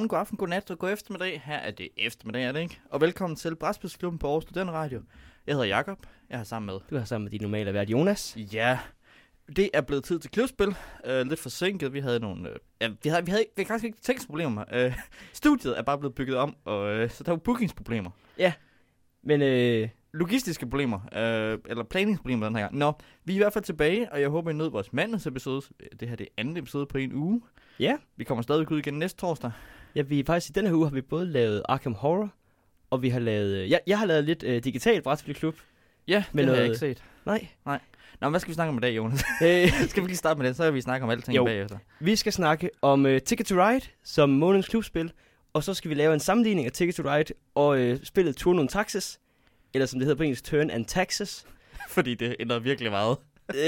godmorgen, god aften, god nat og god eftermiddag. Her er det eftermiddag, er det ikke? Og velkommen til Brætspilsklubben på Aarhus Studenterradio. Jeg hedder Jakob. Jeg har sammen med... Du har sammen med din normale vært Jonas. Ja, det er blevet tid til klubspil. Lidt forsinket. Vi havde nogle... vi havde faktisk ikke tekstproblemer. Studiet er bare blevet bygget om, og så der var bookingsproblemer. Ja, men... Logistiske problemer, eller planningsproblemer den her gang. Nå, vi er i hvert fald tilbage, og jeg håber, I nød vores mandagsepisode. Det her det er anden episode på en uge. Ja. Vi kommer stadig ud igen næste torsdag. Ja, vi faktisk i denne her uge har vi både lavet Arkham Horror, og vi har lavet... Jeg har lavet lidt digital brætspilklub. Ja, det har jeg ikke set. Nej. Nå, men hvad skal vi snakke om i dag, Jonas? Skal vi lige starte med det, så vil vi snakke om alting bagefter. Vi skal snakke om Ticket to Ride som månedens klubspil, og så skal vi lave en sammenligning af Ticket to Ride og spillet Turn on Taxes, eller som det hedder på engelsk, Turn and Taxes. Fordi det ændrer virkelig meget.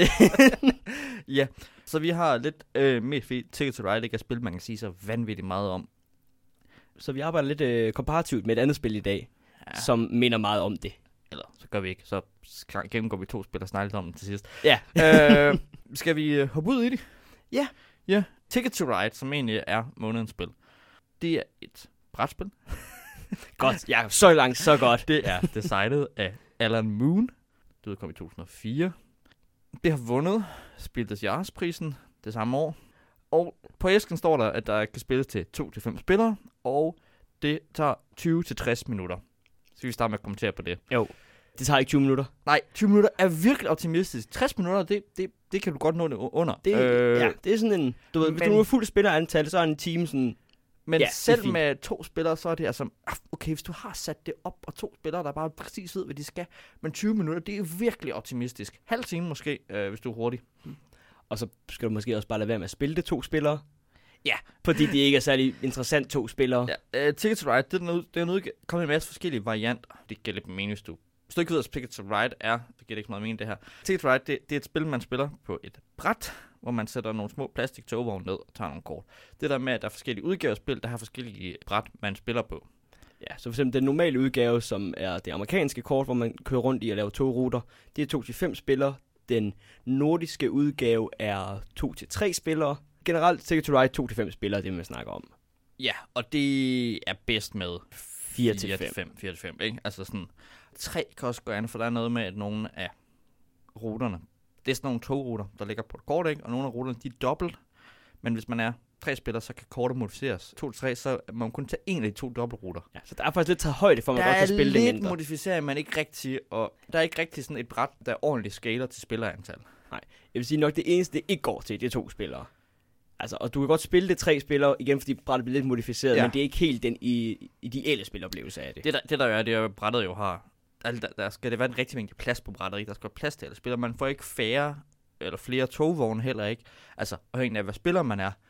Ja, så vi har lidt mere fedt Ticket to Ride, ikke at spil, man kan sige så vanvittigt meget om. Så vi arbejder lidt komparativt med et andet spil i dag, som minder meget om det. Eller så gør vi ikke, så gennemgår vi 2 spil og snakker lidt om det til sidst. Ja. Skal vi hoppe ud i det? Ja. Ja, Ticket to Ride, som egentlig er månedens spil. Det er et brætspil. Godt, ja, så langt, så godt. Det er designet af Alan Moon. Det udkom i 2004. Det har vundet Spil des Jahres-prisen det samme år. Og på æsken står der, at der kan spilles til 2-5 spillere, og det tager 20-60 minutter. Så vi starter med at kommentere på det. Jo, det tager ikke 20 minutter. Nej, 20 minutter er virkelig optimistisk. 60 minutter, det kan du godt nå det under. Ja, det er sådan en... Du ved, hvis du nu er fuld spillerantal, så er en time sådan... Men selv med 2 spillere, så er det altså... Okay, hvis du har sat det op, og 2 spillere, der bare præcis ved, hvad de skal. Men 20 minutter, det er virkelig optimistisk. Halv time måske, hvis du er hurtig. Og så skal du måske også bare lade være med at spille det 2 spillere. Ja. Fordi det ikke er særlig interessant 2 spillere. Ja, Ticket to Ride, det er kommet en masse forskellige varianter. Det giver lidt mening, hvis du ikke ved, at Ticket to Ride er, så giver det ikke så meget mening det her. Ticket to Ride, det er et spil, man spiller på et bræt, hvor man sætter nogle små plastik-togvogne ned og tager nogle kort. Det der med, at der er forskellige udgaver af spil, der har forskellige bræt, man spiller på. Ja, så for eksempel den normale udgave, som er det amerikanske kort, hvor man kører rundt i at lave togruter, det er 2-5 spillere. Den nordiske udgave er 2-3 spillere. Generelt Ticket to Ride 2-5 spillere, det man snakker om. Ja, og det er bedst med 4-5, ikke? Altså sådan 3 kan også gå an, for der er noget med, at nogle af ruterne, det er sådan nogle togruter, der ligger på et kort, ikke? Og nogle af ruterne, de er dobbelt. Men hvis man er 3 spillere, så kan kortet modificeres. 2-3, så må man kun tage en af de 2 dobbeltruter. Ja, så der er faktisk lidt taget højde for, at man godt kan spille det mindre. Der er lidt modificering, men ikke rigtig, og der er ikke rigtig sådan et bræt, der ordentligt skaler til spillerantal. Nej, jeg vil sige nok, det eneste, det ikke går til, det er 2 spillere. Altså, og du kan godt spille det 3 spillere, igen fordi brættet bliver lidt modificeret, men det er ikke helt den ideelle spiloplevelse af det. Det der er, det er jo, brættet jo har... Altså, der skal det være en rigtig mængde plads på brættet, ikke? Der skal være plads til alle spillere. Man får ikke færre eller flere togvogne heller ikke. Altså, afhængig af, hvad spiller man er.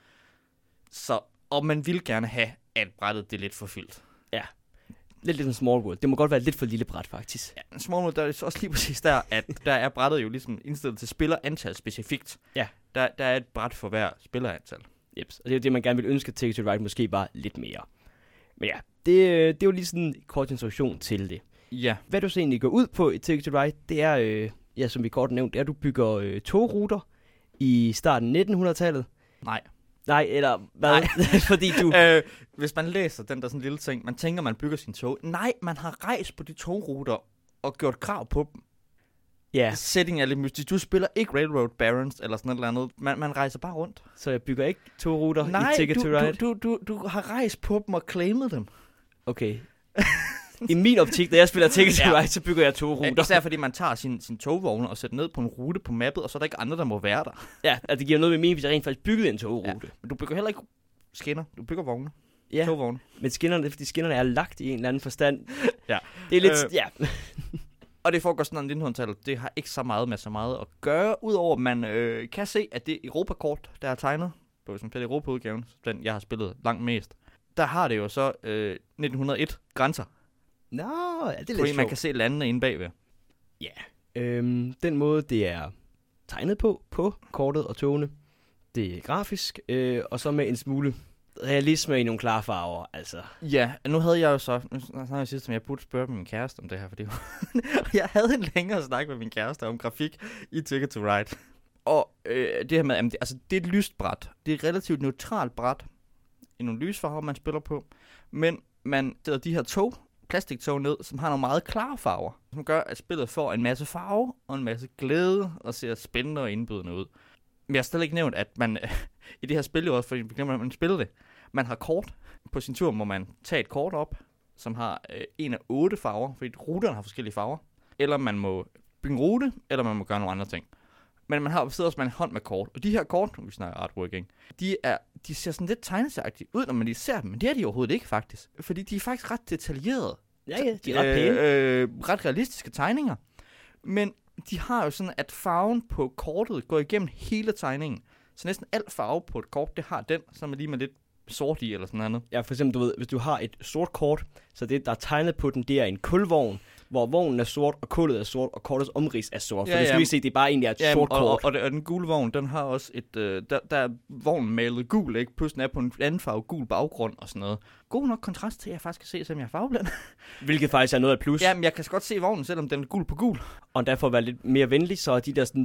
Så, og man vil gerne have, at brættet det er lidt for fyldt. Ja, lidt ligesom Small World. Det må godt være lidt for lille bræt, faktisk. Ja, Small World, der er også lige præcis der, at der er brættet jo ligesom indstillet til spillerantal specifikt. Ja. Der er et bræt for hver spillerantal. Jeps, og det er jo det, man gerne vil ønske, at Ticket to Ride måske bare lidt mere. Men ja, det er jo lige sådan en kort introduktion til det. Ja. Hvad du så egentlig går ud på i Ticket to Ride, det er, som vi kort nævnt, det er, at du bygger togruter i starten af 1900-tallet. Nej, eller hvad? Fordi du... hvis man læser den der sådan lille ting, man tænker, man bygger sin tog. Nej, man har rejst på de togruter og gjort krav på dem. Ja. Setting er lidt mystisk. Du spiller ikke Railroad Barons eller sådan noget andet. Man rejser bare rundt. Så jeg bygger ikke togruter i Ticket to Ride? Du har rejst på dem og claimet dem. Okay. I min optik, da jeg spiller Ticket to Ride, så bygger jeg togruter. Især fordi man tager sin togvogne og sætter ned på en rute på mappet, og så er der ikke andre, der må være der. Ja, altså det giver noget med mening, hvis jeg rent faktisk byggede en togrute. Ja. Men du bygger heller ikke skinner. Du bygger vogne. Ja, togvogne. Men skinnerne, fordi skinnerne er lagt i en eller anden forstand. Ja. Det er lidt... Ja. Og det foregår sådan en 1900-tallet. Det har ikke så meget at gøre, udover at man kan se, at det Europa-kort, der er tegnet, på hvis man spiller Europa-udgaven, den jeg har spillet langt mest, der har det jo så 1901 grænser. Nå, ja, det er lidt fordi sjovt. man kan se landene inde bagved. Ja, den måde det er tegnet på kortet og togene, det er grafisk, og så med en smule realisme i nogle klare farver, altså. Ja, nu havde jeg jo så, nu har jeg sidst, som jeg burde spørge min kæreste om det her, fordi jeg havde en længere snak med min kæreste om grafik i Ticket to Ride. Og det her med, altså det er et lyst bræt. Det er et relativt neutralt bræt. i nogle lysfarver, man spiller på. Men man sætter de her plastiktog ned, som har nogle meget klare farver, som gør, at spillet får en masse farve og en masse glæde og ser spændende og indbydende ud. Men jeg har stadig ikke nævnt, at man i det her spil jo også, fordi vi glemmer, at man spiller det. Man har kort. På sin tur må man tage et kort op, som har en af 8 farver, fordi ruterne har forskellige farver. Eller man må bygge en rute, eller man må gøre nogle andre ting. Men man sidder også med en hånd med kort. Og de her kort, vi snakker artworking, de ser sådan lidt tegnesagtige ud, når man lige ser dem. Men det er de overhovedet ikke, faktisk. Fordi de er faktisk ret detaljerede. Ja, de er ret pæne. Ret realistiske tegninger. Men de har jo sådan, at farven på kortet går igennem hele tegningen. Så næsten al farve på et kort, det har den, som er lige med lidt sort i eller sådan noget. Ja, for eksempel, du ved, hvis du har et sort kort, så det, der er tegnet på den, det er en kulvogn, hvor vognen er sort, og kullet er sort, og kortets omrids er sort. For det skal vi se, det er bare egentlig et sort kort. Og den gule vogn, den har også et... der er vognen malet gul, ikke? Plus den er på en anden farve, gul baggrund og sådan noget. God nok kontrast til, at jeg faktisk kan se, som jeg er farveblind. Hvilket faktisk er noget af plus. Jamen, jeg kan godt se vognen, selvom den er gul på gul. Og derfor at være lidt mere venlig, så er de der sådan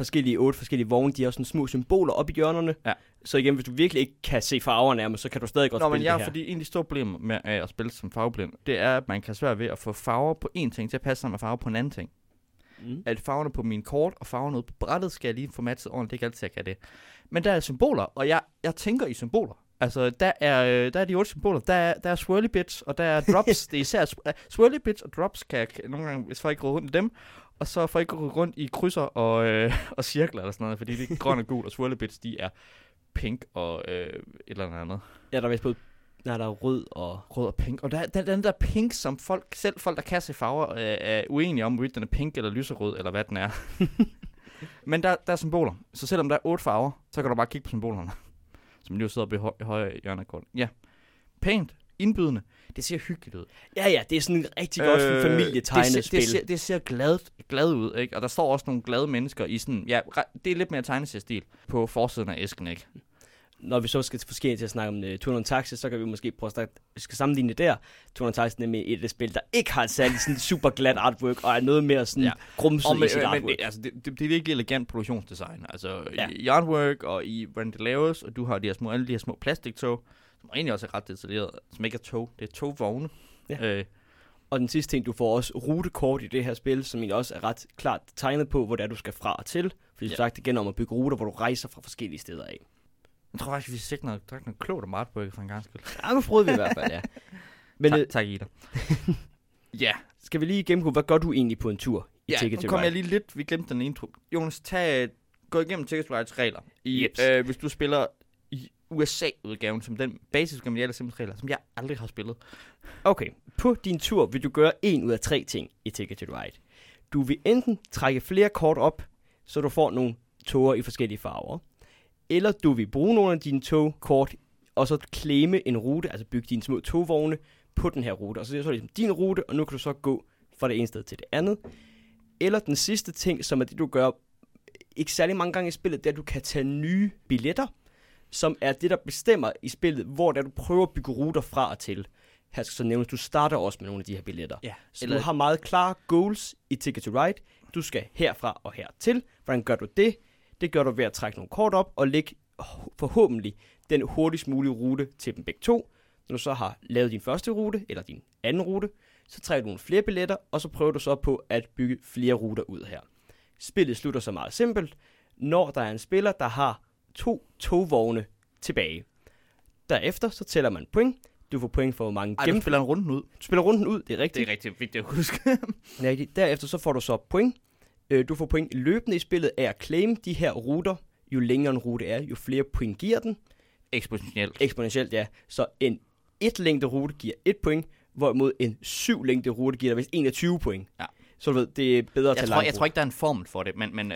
8 forskellige vogne, de har sådan små symboler op i hjørnerne. Ja. Så igen, hvis du virkelig ikke kan se farverne nærmest, så kan du stadig godt spille det her. Fordi en af de store problemer med at spille som farveblind, det er, at man kan svært ved at få farver på en ting til at passe sammen med farver på en anden ting. At farverne på min kort og farverne ude på brættet skal jeg lige få matchet ordentligt, det er ikke altid, jeg kan det. Men der er symboler, og jeg tænker i symboler. Altså, der er de 8 symboler. Der er swirly bits, og der er drops. Det er især swirly bits og drops, kan jeg nogle gange, hvis jeg ikke går rundt i dem. Og så får jeg ikke gå rundt i krydser og cirkler eller sådan noget, fordi det er grøn og gul, og swirly bits, de er pink og et eller andet. Ja, der er vist både der er rød og pink. Og der er den der pink, som folk, der kan se farver, er uenige om, hvorvidt den er pink eller lyserød, eller hvad den er. Men der er symboler. Så selvom der er 8 farver, så kan du bare kigge på symbolerne. Som lige sidder oppe i højre hjørne af kortet. Ja. Pænt. Indbydende. Det ser hyggeligt ud. Ja, det er sådan et rigtig godt familietegnet spil. Det ser glad ud, ikke? Og der står også nogle glade mennesker i sådan... Ja, det er lidt mere tegneseriestil på forsiden af æsken, ikke? Når vi så skal til at snakke om Turen Taxi, så kan vi måske prøve at sammenligne det der. Turen Taxi er nemlig et spil, der ikke har et særligt sådan super glat artwork, og er noget mere sådan grumset i sit artwork. Altså, det er virkelig elegant produktionsdesign. Altså, i artwork og i hvordan det laves, og du har alle de her små plastiktog, som egentlig også er ret detaljeret, som ikke er tog. Det er togvogne. Ja. Og den sidste ting, du får også rutekort i det her spil, som egentlig også er ret klart tegnet på, hvor det er, du skal fra og til. Fordi du sagt, det gælder om at bygge ruter, hvor du rejser fra forskellige steder af. Jeg tror faktisk, vi fik noget klogt om artwork for en gang skyld. Ja, nu prøvede vi i hvert fald, ja. Men, tak, Ida. Ja. Skal vi lige gennemgå, hvad gør du egentlig på en tur i Ticket to Ride? Ja, nu kommer jeg lige lidt, vi glemte den intro. Jonas, gå igennem Ticket to Rides regler. Hvis du spiller i USA-udgaven, som den basisudgave med alle Sims regler, som jeg aldrig har spillet. Okay, på din tur vil du gøre 1 ud af 3 ting i Ticket to Ride. Du vil enten trække flere kort op, så du får nogle toger i forskellige farver. Eller du vil bruge nogle af dine togkort, og så claime en rute, altså bygge dine små togvogne på den her rute. Og så er det ligesom din rute, og nu kan du så gå fra det ene sted til det andet. Eller den sidste ting, som er det, du gør ikke særlig mange gange i spillet, det er, at du kan tage nye billetter, som er det, der bestemmer i spillet, hvor der du prøver at bygge ruter fra og til. Her skal så nævnes, at du starter også med nogle af de her billetter. Ja, så du har meget klare goals i Ticket to Ride. Du skal herfra og hertil. Hvordan gør du det? Det gør du ved at trække nogle kort op og lægge forhåbentlig den hurtigst mulige rute til dem begge to. Når du så har lavet din første rute, eller din anden rute, så trækker du nogle flere billetter, og så prøver du så på at bygge flere ruter ud her. Spillet slutter så meget simpelt, når der er en spiller, der har 2 togvogne tilbage. Derefter så tæller man point. Du får point for, hvor mange du spiller runden ud. Du spiller runden ud, det er rigtigt. Det er rigtig vigtigt at huske. Derefter så får du så point. Du får point løbende i spillet af at claim de her ruter. Jo længere en rute er, jo flere point giver den. Eksponentielt, ja. Så en 1-længde rute giver 1 point, hvorimod en 7-længde rute giver dig vist 21 point. Ja. Så du ved, det er bedre at tage langt. Jeg tror ikke, der er en formel for det,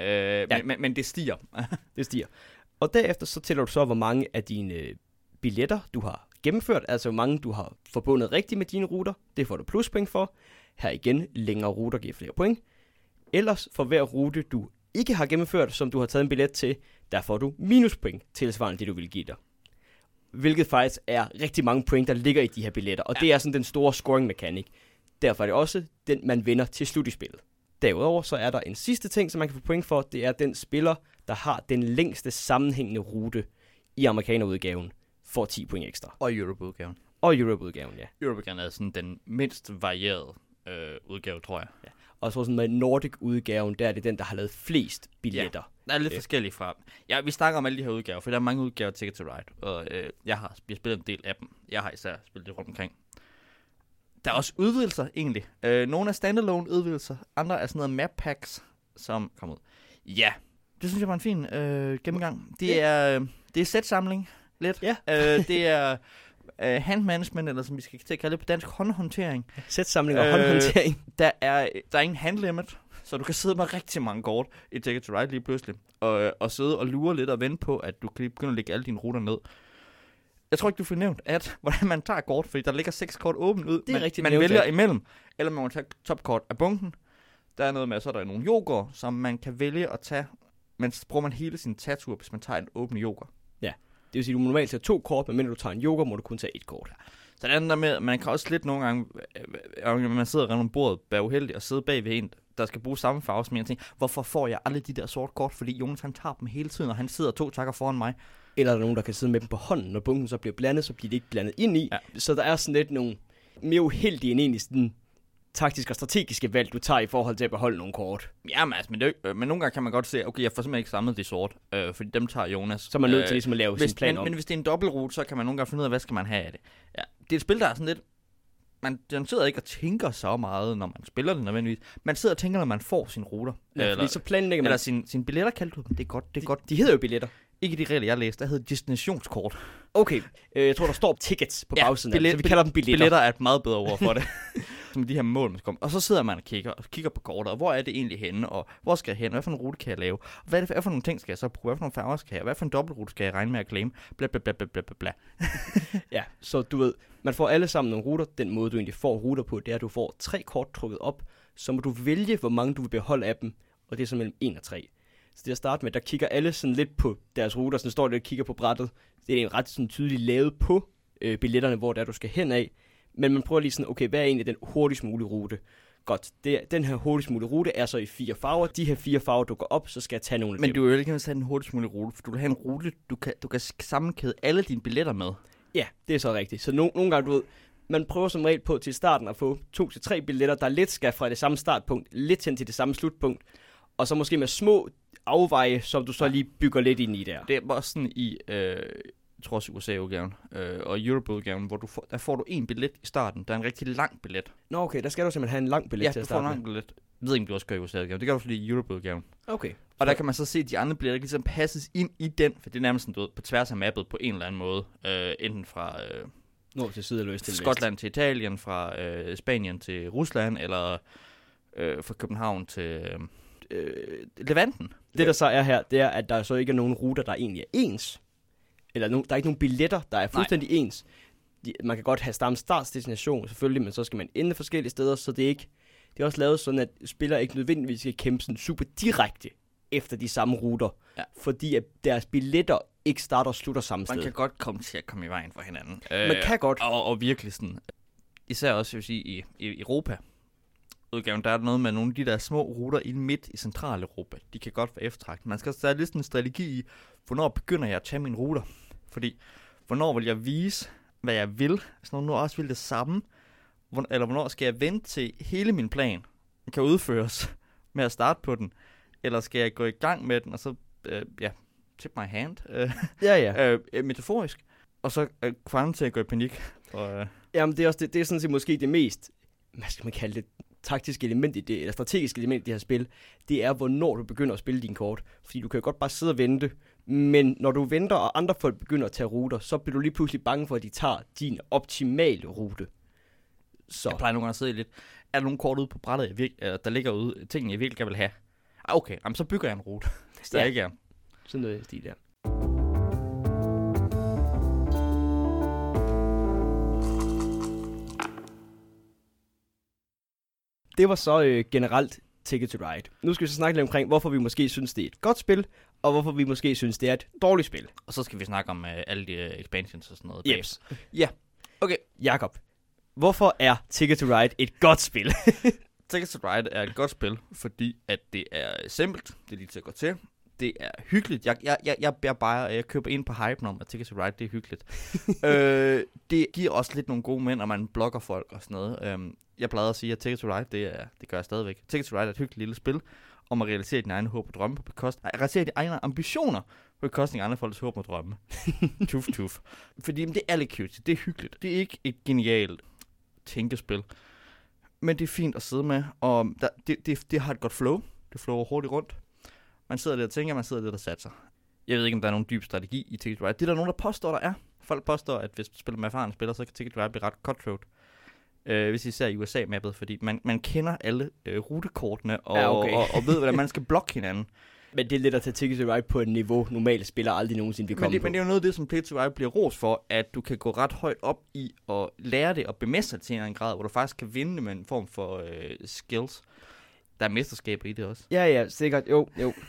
men det stiger. Det stiger. Og derefter så tæller du så, hvor mange af dine billetter, du har gennemført. Altså, hvor mange du har forbundet rigtigt med dine ruter. Det får du pluspoint for. Her igen, længere ruter giver flere point. Ellers for hver rute, du ikke har gennemført, som du har taget en billet til, der får du minuspoint tilsvarende det, du vil give dig. Hvilket faktisk er rigtig mange point, der ligger i de her billetter. Og det er sådan den store scoring-mekanik. Derfor er det også den, man vinder til slut i spillet. Derudover så er der en sidste ting, som man kan få point for. Det er den spiller, der har den længste sammenhængende rute i amerikanerudgaven. får 10 point ekstra. Og Europe-udgaven. Og Europe-udgaven, ja. Europe-udgaven er sådan den mindst varierede udgave, tror jeg. Ja. Og jeg tror sådan med Nordic-udgaven, der er det den, der har lavet flest billetter. Ja, der er lidt forskellige fra dem. Ja, vi snakker om alle de her udgaver, for der er mange udgaver af Ticket to Ride, og jeg har spillet en del af dem. Jeg har især spillet det rundt omkring. Der er også udvidelser, egentlig. Nogle er standalone udvidelser, andre er sådan noget map packs, som kommer ud. Ja, det synes jeg var en fin gennemgang. Det er sætsamling lidt. Ja. Det er hand management, eller som vi skal til at kalde det på dansk, håndhåndtering. Sætsamling og håndhåndtering. Der er ingen handlimit, så du kan sidde med rigtig mange kort i Ticket to Ride lige pludselig, og sidde og lure lidt og vente på, at du kan begynde at lægge alle dine ruter ned. Jeg tror ikke, du får nævnt, hvordan man tager kort, fordi der ligger 6 kort åbent ud. Det er rigtigt. Man vælger imellem, eller man må tage topkort af bunken. Der er noget med, så er der nogle joker, som man kan vælge at tage, men så bruger man hele sin tatur, hvis man tager en åben joker. Ja, det vil sige, at du må normalt tage 2 kort, men når du tager en joker, må du kun tage 1 kort. Så det er der med, man kan også lidt nogle gange, når man sidder rundt om bordet, være uheldig og sidde bag ved en, der skal bruge samme farve som en ting. Hvorfor får jeg aldrig de der sorte kort? Fordi Jonas han tager dem hele tiden, og han sidder 2 takker foran mig. Eller er der nogen, der kan sidde med dem på hånden, når bunken så bliver blandet, så bliver det ikke blandet ind i. Ja. Så der er sådan lidt nogle mere uheldige end egentlig sådan taktiske og strategiske valg, du tager i forhold til at beholde nogle kort. Jamen altså, men nogle gange kan man godt se, okay, jeg får simpelthen ikke samlet de sorte, fordi dem tager Jonas. Så er man nødt til ligesom at lave sin plan om. Men hvis det er en dobbeltrute, så kan man nogle gange finde ud af, hvad skal man have af det. Ja, det er et spil, der er sådan lidt, man sidder ikke og tænker så meget, når man spiller det nødvendigvis. Man sidder og tænker, når man får sine ruter. Ja, fordi så planlægger man. Eller sine billetter kaldt du dem. Det er godt. De hedder jo billetter. Ikke de regler, jeg læste. Der hedder destinationskort. Okay, jeg tror, der står tickets på bagsiden. Så vi kalder dem billetter. Billetter er et meget bedre ord for det. Som de her mål, man skal komme. Og så sidder man og kigger på kortet, og hvor er det egentlig henne, og hvor skal jeg hen, hvad for en rute kan jeg lave, hvad for nogle ting skal jeg så bruge, hvad for nogle farver skal jeg have, hvad for en dobbeltrute skal jeg regne med at claim, bla bla bla bla bla bla. Ja, så du ved, man får alle sammen nogle ruter. Den måde, du egentlig får ruter på, det er, at du får 3 kort trukket op, så må du vælge, hvor mange du vil beholde af dem, og det er så mellem 1 og 3. Så det at starte med, der kigger alle sådan lidt på deres ruter, så står der og kigger på brættet. Det er ret sådan tydeligt lavet på billetterne, hvor det er, du skal hen af. Men man prøver lige sådan, okay, hvad er egentlig den hurtigst mulige rute? Godt, den her hurtigst mulige rute er så i 4 farver. De her 4 farver dukker op, så skal jeg tage nogle af dem. Men du vil jo ikke have den hurtigst mulige rute, for du vil have en rute, du kan sammenkæde alle dine billetter med. Ja, det er så rigtigt. Så nogle gange, du ved, man prøver som regel på til starten at få 2 til 3 billetter, der lidt skal fra det samme startpunkt, lidt hen til det samme slutpunkt. Og så måske med små afveje, som du så lige bygger lidt ind i der. Det er også sådan i, jeg tror også USA-udgaven og Europe-udgaven, hvor der får du en billet i starten. Der er en rigtig lang billet. Nå okay, der skal du simpelthen have en lang billet til at starte med. Ja, du får en lang billet. Jeg ved ikke, om du også gør i USA-udgaven. Det gør du fordi i Europe-udgaven. Okay. Og der kan man så se, at de andre billetter ligesom passes ind i den, for det er nærmest sådan, du ved, på tværs af mappet på en eller anden måde. Enten fra nord til syd eller øst til Skotland til Italien, fra Spanien til Rusland, eller fra København til Levanten. Det der så er her, det er, at der så ikke er nogen ruter, der egentlig er ens. Eller der er ikke nogen billetter, der er fuldstændig ens. Man kan godt have samme startsdestination, selvfølgelig, men så skal man ende forskellige steder, så det er også lavet sådan, at spillere ikke nødvendigvis skal kæmpe sådan super direkte efter de samme ruter, fordi at deres billetter ikke starter og slutter samme sted. Man kan godt komme til at komme i vejen for hinanden. Man kan godt. Og virkelig sådan, især også, jeg vil sige, i Europa, udgaven, der er noget med nogle af de der små ruter i midt i Centraleuropa. De kan godt være eftertragtet. Man skal have lidt sådan en strategi i, hvornår begynder jeg at tage mine ruter. Fordi, hvornår vil jeg vise, hvad jeg vil, hvis nogen nu også vil det samme, eller hvornår skal jeg vente til hele min plan kan udføres med at starte på den, eller skal jeg gå i gang med den, og så, tip my hand, metaforisk, og så kvanden til at gå i panik. Jamen, det er også det er sådan set måske det mest, hvad skal man kalde det, taktiske element i det, eller strategiske element i det her spil, det er, hvornår du begynder at spille din kort. Fordi du kan jo godt bare sidde og vente, men når du venter, og andre folk begynder at tage ruter, så bliver du lige pludselig bange for, at de tager din optimale rute. Så. Jeg plejer nogle gange at sidde lidt, er der nogle kort ude på brættet, der ligger ude, tingene jeg virkelig gerne vil have? Okay, jamen, så bygger jeg en rute, hvis der ikke er. Sådan noget i stil der. Det var så generelt Ticket to Ride. Nu skal vi så snakke lidt omkring, hvorfor vi måske synes, det er et godt spil, og hvorfor vi måske synes, det er et dårligt spil. Og så skal vi snakke om alle de expansions og sådan noget. Yes. Ja. Okay, Jakob. Hvorfor er Ticket to Ride et godt spil? Ticket to Ride er et godt spil, fordi at det er simpelt, det er lige til at gå til. det er hyggeligt. Jeg køber ind på hypen om, at Ticket to Ride, det er hyggeligt. Det giver også lidt nogle gode mænd, når man blokker folk og sådan noget. Jeg plejede at sige, at Ticket to Ride, det gør jeg stadigvæk. Ticket to Ride er et hyggeligt lille spil, om at realisere dine egne håb og drømme på bekostning. Realisere dine egne ambitioner på bekostning af andre folks håb og drømme. Tuf. Fordi det er lidt cute. Det er hyggeligt. Det er ikke et genialt tænkespil. Men det er fint at sidde med, og det har et godt flow. Det flower hurtigt rundt. Man sidder der og tænker, man sidder der og satser. Jeg ved ikke, om der er nogen dyb strategi i Ticket to Ride. Det er der nogen, der påstår, der er. Folk påstår, at hvis du spiller med erfarne spillere, så kan Ticket to Ride blive ret cutthroat. Hvis I ser i USA-mappet, fordi man kender alle rutekortene og ved, hvordan man skal blokke hinanden. Men det er lidt at tage Ticket to Ride på et niveau, normale spillere aldrig nogensinde vil komme på. Men det er jo noget af det, som Ticket to Ride bliver ros for, at du kan gå ret højt op i og lære det og bemestre til en eller anden grad, hvor du faktisk kan vinde med en form for skills. Der er mesterskaber i det også. Ja, sikkert. Jo.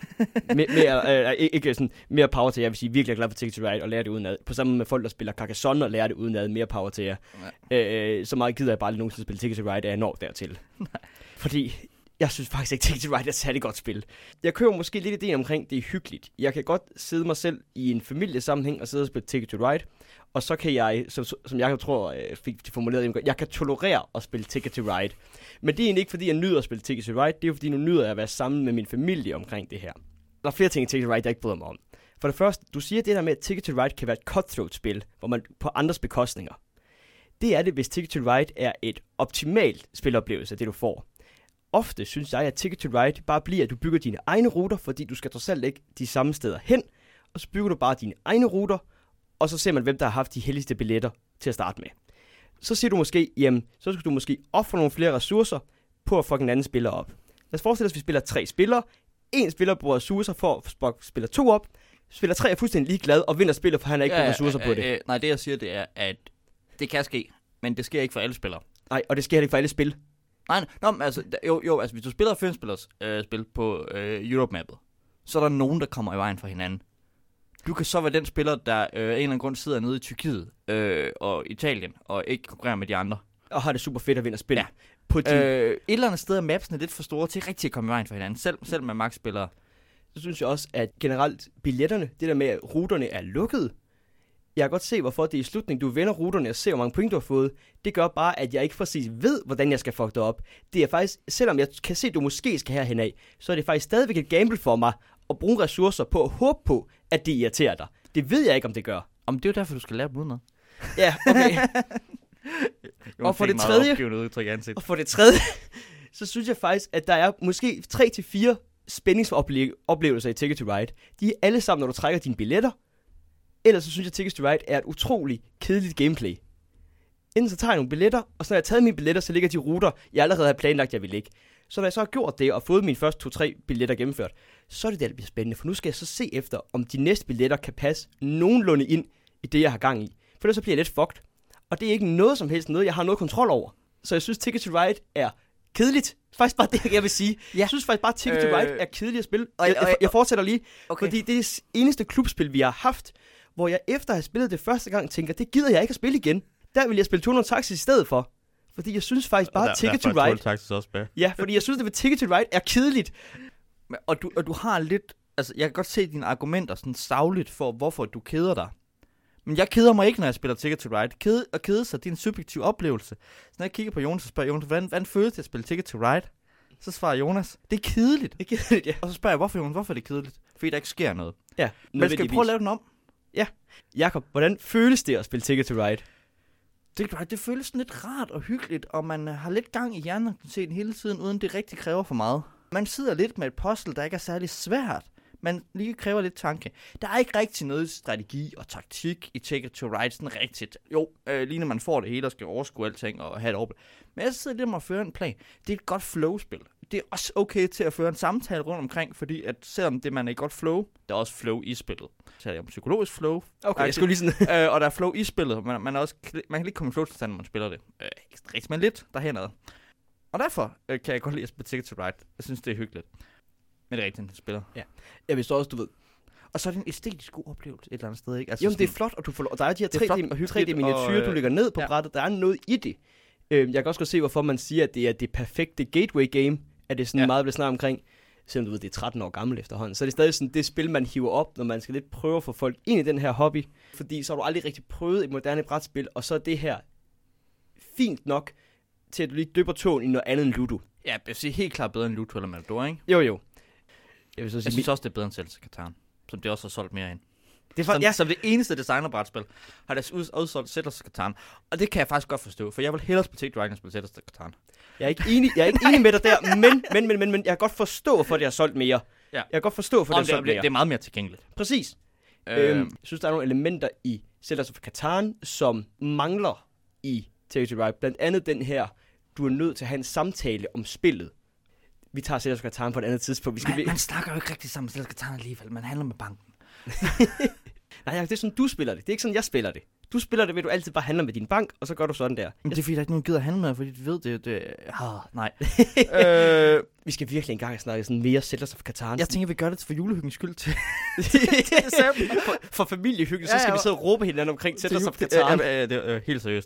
Ikke sådan mere power til jer. Jeg vil sige, virkelig er glad for Ticket to Ride og lære det udenad. På samme med folk, der spiller Carcassonne og lærer det udenad. Mere power til jer. Ja. Så meget gider jeg bare aldrig nogensinde spille Ticket to Ride, at jeg når dertil. Nej. Fordi jeg synes faktisk ikke, Ticket to Ride er et særlig godt spil. Jeg køber måske lidt ideen omkring, det er hyggeligt. Jeg kan godt sidde mig selv i en familiesammenhæng og sidde og spille Ticket to Ride. Og så kan jeg, som jeg tror fik det formuleret, jeg kan tolerere at spille Ticket to Ride. Men det er egentlig ikke, fordi jeg nyder at spille Ticket to Ride. Det er jo, fordi nu nyder jeg at være sammen med min familie omkring det her. Der er flere ting i Ticket to Ride, jeg ikke bryder mig om. For det første, du siger det der med, at Ticket to Ride kan være et cutthroat-spil, hvor man på andres bekostninger. Det er det, hvis Ticket to Ride er et optimalt spiloplevelse, det du får. Ofte synes jeg, at Ticket to Ride bare bliver, at du bygger dine egne ruter, fordi du skal trods alt ikke de samme steder hen, og så bygger du bare dine egne ruter, og så ser man, hvem der har haft de heldigste billetter til at starte med. Så siger du måske, jamen, så skal du måske ofre nogle flere ressourcer på at få den anden spiller op. Lad os forestille os, at vi spiller 3 spillere. En spiller bruger ressourcer for at spille 2 op. Spiller 3 er fuldstændig ligeglad og vinder spillet, for han har ikke brugt ressourcer på det. Nej, det jeg siger, det er, at det kan ske, men det sker ikke for alle spillere. Nej, og det sker ikke for alle spil. Nej, men altså, altså hvis du spiller 5-spillers spil på Europe-mappet, så er der nogen, der kommer i vejen for hinanden. Du kan så være den spiller, der af en eller anden grund sidder nede i Tyrkiet og Italien, og ikke konkurrerer med de andre. Og har det super fedt at vinde spil. Ja. På et eller andet sted er mapsene lidt for store til rigtig at komme i vejen for hinanden, selv med max-spillere. Så synes jeg også, at generelt billetterne, det der med, at ruterne er lukkede, jeg kan godt se, hvorfor det er i slutningen. Du vender ruterne og ser, hvor mange point du har fået. Det gør bare, at jeg ikke præcis ved, hvordan jeg skal fuck det op. Det er faktisk, selvom jeg kan se, at du måske skal herhen af, så er det faktisk stadigvæk et gamble for mig at bruge ressourcer på at håbe på, at det irriterer dig. Det ved jeg ikke, om det gør. Om det er jo derfor, du skal lære dem noget. Ja, okay. Og for det tredje, så synes jeg faktisk, at der er måske 3-4 spændingsoplevelser i Ticket to Ride. De er alle sammen, når du trækker dine billetter. Ellers så synes jeg, at Ticket to Ride er et utroligt kedeligt gameplay. Enten så tager jeg nogle billetter, og så når jeg har taget mine billetter, så ligger de ruter, jeg allerede har planlagt, jeg vil ligge. Så når jeg så har gjort det, og fået mine første 2-3 billetter gennemført, så er det der bliver spændende, for nu skal jeg så se efter, om de næste billetter kan passe nogenlunde ind i det, jeg har gang i. For ellers så bliver jeg lidt fucked. Og det er ikke noget som helst, noget jeg har noget kontrol over. Så jeg synes, Ticket to Ride er kedeligt. Faktisk bare det, jeg vil sige. Ja. Jeg synes faktisk bare, Ticket to Ride er kedeligt at spille. Jeg fortsætter lige, fordi det er det eneste klubspil, vi har haft, hvor jeg efter at have spillet det første gang, tænker, det gider jeg ikke at spille igen. Der vil jeg spille Tour Taxi i stedet for. Fordi jeg synes faktisk bare, Ticket to Ride... Ja, fordi jeg synes, det ved Ticket to Ride er kedeligt. Og du har lidt... Altså, jeg kan godt se dine argumenter sådan sagligt for, hvorfor du keder dig. Men jeg keder mig ikke, når jeg spiller Ticket to Ride. Kede sig, det er en subjektiv oplevelse. Så når jeg kigger på Jonas og spørger Jonas, hvordan føles det at spille Ticket to Ride? Så svarer Jonas, det er kedeligt. Det er kedeligt, ja. Og så spørger jeg, hvorfor er det kedeligt? Fordi der ikke sker noget. Ja, men skal vi prøve at lave den om? Ja. Jakob, hvordan føles det at spille Ticket to Ride? Ticket to Ride, det føles sådan lidt rart og hyggeligt, og man har lidt gang i hjerneaktiviteten hele tiden, uden det rigtig kræver for meget. Man sidder lidt med et puzzle, der ikke er særlig svært, men lige kræver lidt tanke. Der er ikke rigtig noget strategi og taktik i Ticket to Ride, sådan rigtigt. Jo, lige når man får det hele og skal overskue alting og have et overblik. Men jeg sidder lidt med at føre en plan. Det er et godt flow-spil. Det er også okay til at føre en samtale rundt omkring, fordi at selvom det man er i godt flow, der er også flow i spillet. Så er det om psykologisk flow. Okay, jeg skulle lige sådan... og der er flow i spillet. Man kan ikke komme i flow-tilstand, når man spiller det. Rigtig, men lidt derhenad. Og derfor kan jeg godt lide at spille Ticket to Ride. Jeg synes, det er hyggeligt. Men det er rigtigt, den spiller. Ja. Jeg vidste også, du ved. Og så er det en æstetisk god oplevelse et eller andet sted, ikke? Altså, jamen, det er flot, og der er de her 3D miniatyrer, du lægger ned på brættet. Der er noget i det. Jeg kan også godt se, hvorfor man siger, at det er det perfekte gateway game. At det er sådan meget, bliver snart omkring. selvom du ved, det er 13 år gammelt efterhånden, så er det stadig sådan det spil, man hiver op, når man skal lidt prøve at få folk ind i den her hobby. Fordi så har du aldrig rigtig prøvet et moderne brætspil, og så er det her fint nok til, at du lige dypper tåen i noget andet end Ludo. Ja, jeg vil sige helt klart bedre end Ludo eller Matador, ikke? Jo. Jeg synes også, det er bedre end Settlers of Catan, som det også har solgt mere ind. Det er som det eneste designerbrætspil har det udsolgt Settlers of Catan. Og det kan jeg faktisk godt forstå, for jeg vil hellere spille Take the Ride end spille Settlers of Catan. Jeg er ikke enig med dig der, men jeg kan godt forstå, hvorfor det har solgt mere. Ja. Jeg kan godt forstå, hvorfor det har solgt mere. Det er meget mere tilgængeligt. Præcis. Jeg synes, der er nogle elementer i Settlers of Catan, som mangler i Take the Ride. Blandt andet den her, du er nødt til at have en samtale om spillet. Vi tager Settlers of Catan på et andet tidspunkt. Man snakker jo ikke rigtig sammen med Settlers of Catan alligevel. Man handler med banken. Nej, det er sådan, du spiller det. Det er ikke sådan, jeg spiller det. Du spiller det ved, at du altid bare handler med din bank, og så gør du sådan der. Men det er fordi, der er ikke nogen, der gider at handle med, fordi de ved det. Nej. Vi skal virkelig engang snakke sådan mere Settlers of Catan. Jeg tænker, vi gør det for julehyggens skyld til. for familiehyggen, så skal vi sidde og råbe hinanden omkring Settlers of Catan. Det er helt seriøst.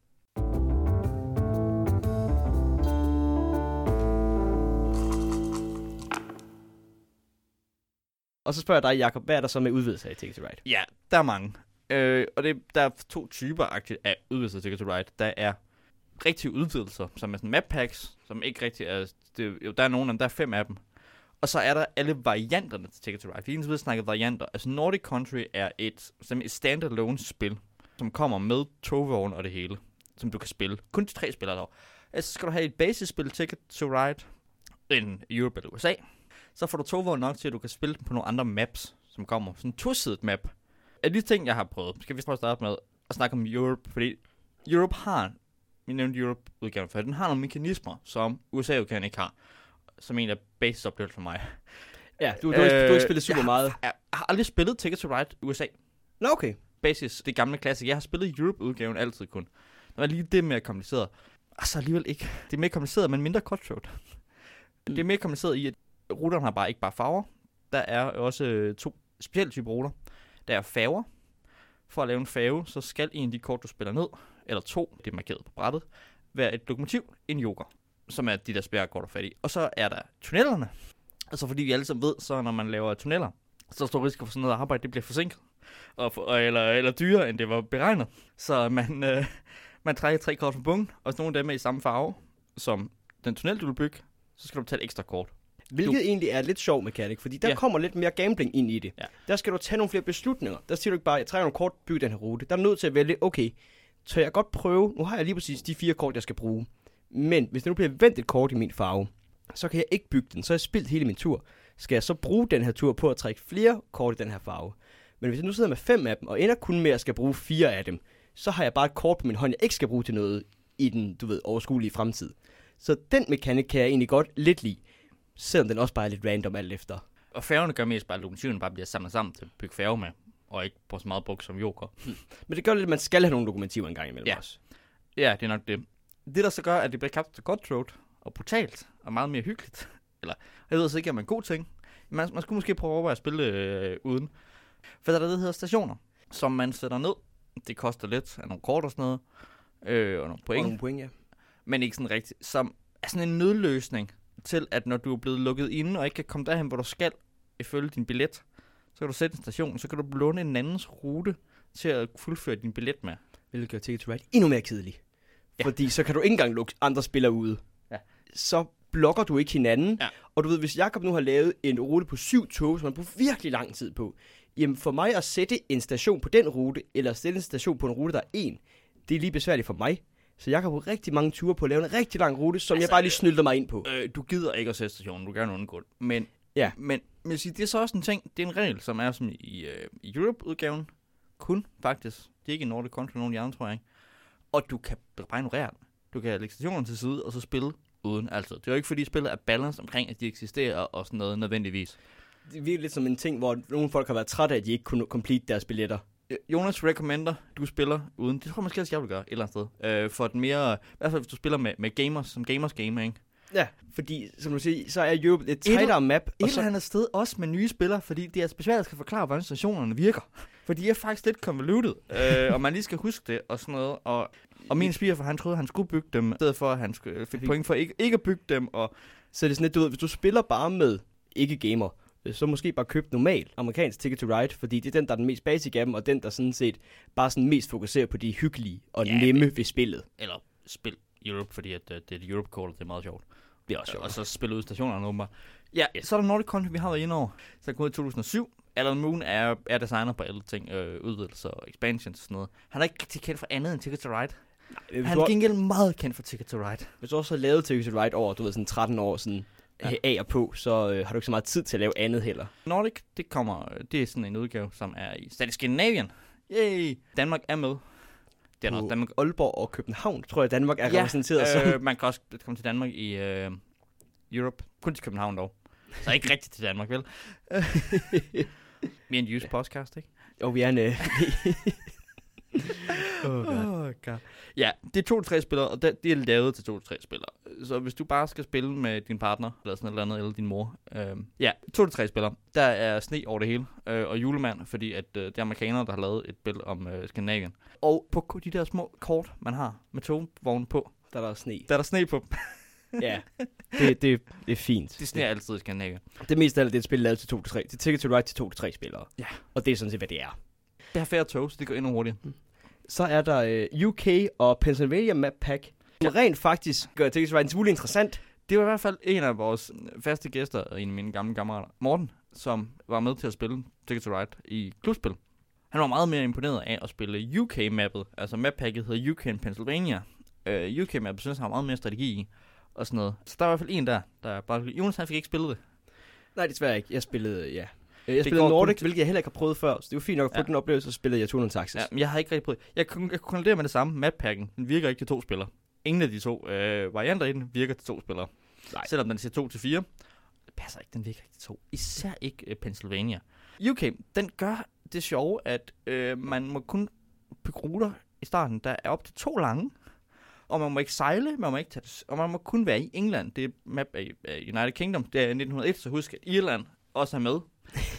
Og så spørger jeg dig, Jacob, hvad er der så med udvidelse af Ticket to Ride? Ja, der er mange. Og der er 2 typer af udvidelser af Ticket to Ride. Der er rigtige udvidelser, som er sådan map packs, som ikke rigtig er... der er nogle af dem, der er 5 af dem. Og så er der alle varianterne til Ticket to Ride. Vi har indtil snakket varianter. Altså Nordic Country er et standalone spil, som kommer med togvogn og det hele, som du kan spille. Kun til 3 spillere dog. Altså skal du have et basisspil Ticket to Ride, en Europe eller USA. Så får du togvogn nok til, at du kan spille på nogle andre maps, som kommer. Sådan en 2-sidet map. Af de ting, jeg har prøvet, skal vi prøve at starte med at snakke om Europe, fordi Europe har, vi nævnte Europe-udgaven før, den har nogle mekanismer, som USA-udgaven ikke har, som en af basisoplevelser for mig. Ja, du har ikke spillet super meget. Jeg har aldrig spillet Ticket to Ride USA. Nå, okay. Basis, det gamle klassik. Jeg har spillet Europe-udgaven altid kun. Det var lige det mere kompliceret. Altså alligevel ikke. Det er mere kompliceret, men mindre cutthroat. Det er mere kompliceret i, at ruterne har bare ikke bare farver. Der er også 2 specielle typer ruter. Der er færger. For at lave en færge, så skal en af de kort, du spiller ned, eller 2, det er markeret på brættet, være et lokomotiv, en joker, som er de der spærre kort, fat i. Og så er der tunnelerne. Altså fordi vi alle sammen ved, så når man laver tunneller, så står risiko for sådan noget arbejde, det bliver forsinket. Eller dyrere, end det var beregnet. Så man trækker 3 kort fra bunken, og hvis nogle af dem er i samme farve, som den tunnel, du vil bygge, så skal du betale ekstra kort. Hvilket egentlig er lidt sjov mekanik, fordi der kommer lidt mere gambling ind i det. Ja. Der skal du tage nogle flere beslutninger. Der siger du ikke bare, jeg trækker nogle kort, bygge den her rute. Der er nødt til at vælge, okay, så jeg godt prøve, nu har jeg lige præcis de 4 kort, jeg skal bruge. Men hvis det nu bliver vendt et kort i min farve, så kan jeg ikke bygge den, så har jeg spildt hele min tur. Skal jeg så bruge den her tur på at trække flere kort i den her farve? Men hvis jeg nu sidder med 5 af dem, og ender kun med at skal bruge 4 af dem, så har jeg bare et kort på min hånd, jeg ikke skal bruge til noget i den, overskuelige fremtid. Så den mekanik kan jeg egentlig godt lidt lide. Selvom den også bare er lidt random alt efter. Og færgerne gør mest bare, at lokomotiven bare bliver samlet sammen til at bygge færge med, og ikke på så meget brugt som joker. Men det gør lidt, at man skal have nogle lokomotiver en gang imellem også. Ja, det er nok det. Det der så gør, at det bliver kaptet cutthroat og brutalt, og meget mere hyggeligt. Eller, jeg ved altså ikke, om det er en god ting. Man skulle måske prøve at overveje at spille uden. For der er det, der hedder stationer, som man sætter ned. Det koster lidt af nogle kort og sådan noget. Og nogle point. Og nogle point, ja. Men ikke sådan rigtigt. Som er sådan en nødløsning til, at når du er blevet lukket inde, og ikke kan komme derhen, hvor du skal, ifølge din billet, så kan du sætte en station, så kan du låne en andens rute til at fuldføre din billet med. Hvilket gør Ticket to Ride endnu mere kedelig. Ja. Fordi så kan du ikke engang lukke andre spillere ude. Ja. Så blokker du ikke hinanden. Ja. Og du ved, hvis Jacob nu har lavet en rute på 7 tog, som han bruger virkelig lang tid på, jamen for mig at sætte en station på den rute, eller sætte en station på en rute, der er 1, det er lige besværligt for mig. Så jeg kan bruge rigtig mange ture på at lave en rigtig lang rute, som jeg bare lige snylder mig ind på. Du gider ikke at sætte stationen, du gerne undgå det. Men det er så også en ting, det er en regel, som er som i Europe-udgaven. Kun faktisk. Det er ikke i Nordic Country, nogen andre, tror jeg ikke. Og du kan bare ignorere den. Du kan lægge stationen til side, og så spille uden altid. Det er jo ikke fordi spillet er balance omkring, at de eksisterer og sådan noget nødvendigvis. Det virker lidt som en ting, hvor nogle folk har været trætte af, at de ikke kunne complete deres billetter. Jonas recommender, du spiller uden. Det tror jeg måske også, jeg vil gøre et eller andet sted. For den mere, i hvert fald hvis du spiller med gamers, som gamers game, ikke? Ja, fordi som du siger, så er Europe et tightere map. Et eller andet sted også med nye spillere, fordi det er besværligt at skal forklare, hvordan stationerne virker. For de er faktisk lidt convoluted, og man lige skal huske det og sådan noget. Og min spiger, han troede, han skulle bygge dem, i stedet for at han fik point for ikke at bygge dem. Og så er det sådan lidt, du ved, hvis du spiller bare med ikke gamer, så måske bare købe normal amerikansk Ticket to Ride, fordi det er den, der er den mest basic af dem, og den, der sådan set bare sådan mest fokuserer på de hyggelige og nemme ved spillet. Eller spil Europe, fordi at, det er et Europe-kort, det er meget sjovt. Det er også sjovt. Og så spille ud stationerne åbenbart. Ja, så er der Nordic Country, vi har været inde over. Så er gået i 2007. Alan Moon er designer på alle ting, udvidelser og expansions og sådan noget. Han er ikke rigtig kendt for andet end Ticket to Ride. Han er gengæld meget kendt for Ticket to Ride. Hvis du også har lavet Ticket to Ride over, du ved, sådan 13 år sådan af og på, så har du ikke så meget tid til at lave andet heller. Nordic, det er sådan en udgave, som er i Static Scandinavian. Yay! Danmark er med. Det er nok Danmark, Aalborg og København, tror jeg, Danmark er repræsenteret som. Man kan også komme til Danmark i Europe. Kun til København dog. Så ikke rigtigt til Danmark, vel? Vi er en use podcast, ikke? Jo, vi er en... God. Ja, det er 2-3 spillere, og det er lavet til 2-3 spillere. Så hvis du bare skal spille med din partner, eller sådan noget andet, eller din mor. 2-3 spillere. Der er sne over det hele, og julemand, fordi at det er amerikanere, der har lavet et spil om Skandinavien. Og på de der små kort, man har med togvognen på, der er sne. Der er sne på. Ja, det er fint. Det sneer altid i Skandinavien. Det meste af det er et spil lavet til 2-3. Det er Ticket to Ride til 2-3 spillere. Ja. Og det er sådan set, hvad det er. Det har færre tog, så det går endnu hurtigere. Så er der UK og Pennsylvania Map Pack. Det rent faktisk gør Ticket to Ride en smule interessant. Det var i hvert fald en af vores faste gæster, en af mine gamle kammerater, Morten, som var med til at spille Ticket to Ride i klubspil. Han var meget mere imponeret af at spille UK-mappet. Altså map-packet hedder UK and Pennsylvania. UK-mappet synes han har meget mere strategi i. Og sådan noget. Så der var i hvert fald en der bare... Jonas, han fik ikke spillet det. Nej, desværre ikke. Jeg spillede Nordic, hvilket jeg heller ikke har prøvet før. Så det var fint nok at få den oplevelse, så spillede jeg Tunen Taxis. Ja, men jeg har ikke rigtig prøvet. Jeg kunne konkludere med det samme. Map-packen, den virker ikke til 2 spillere. Ingen af de 2 varianter i den virker til 2 spillere. Nej. Selvom den siger 2-4. Det passer ikke, den virker ikke til 2. Især ikke Pennsylvania. UK, den gør det sjove, at man må kun bygge ruter i starten, der er op til 2 lange. Og man må ikke sejle, man må ikke tage det, og man må kun være i England. Det er map af United Kingdom. Det er 1901, så husk, at Irland også er med.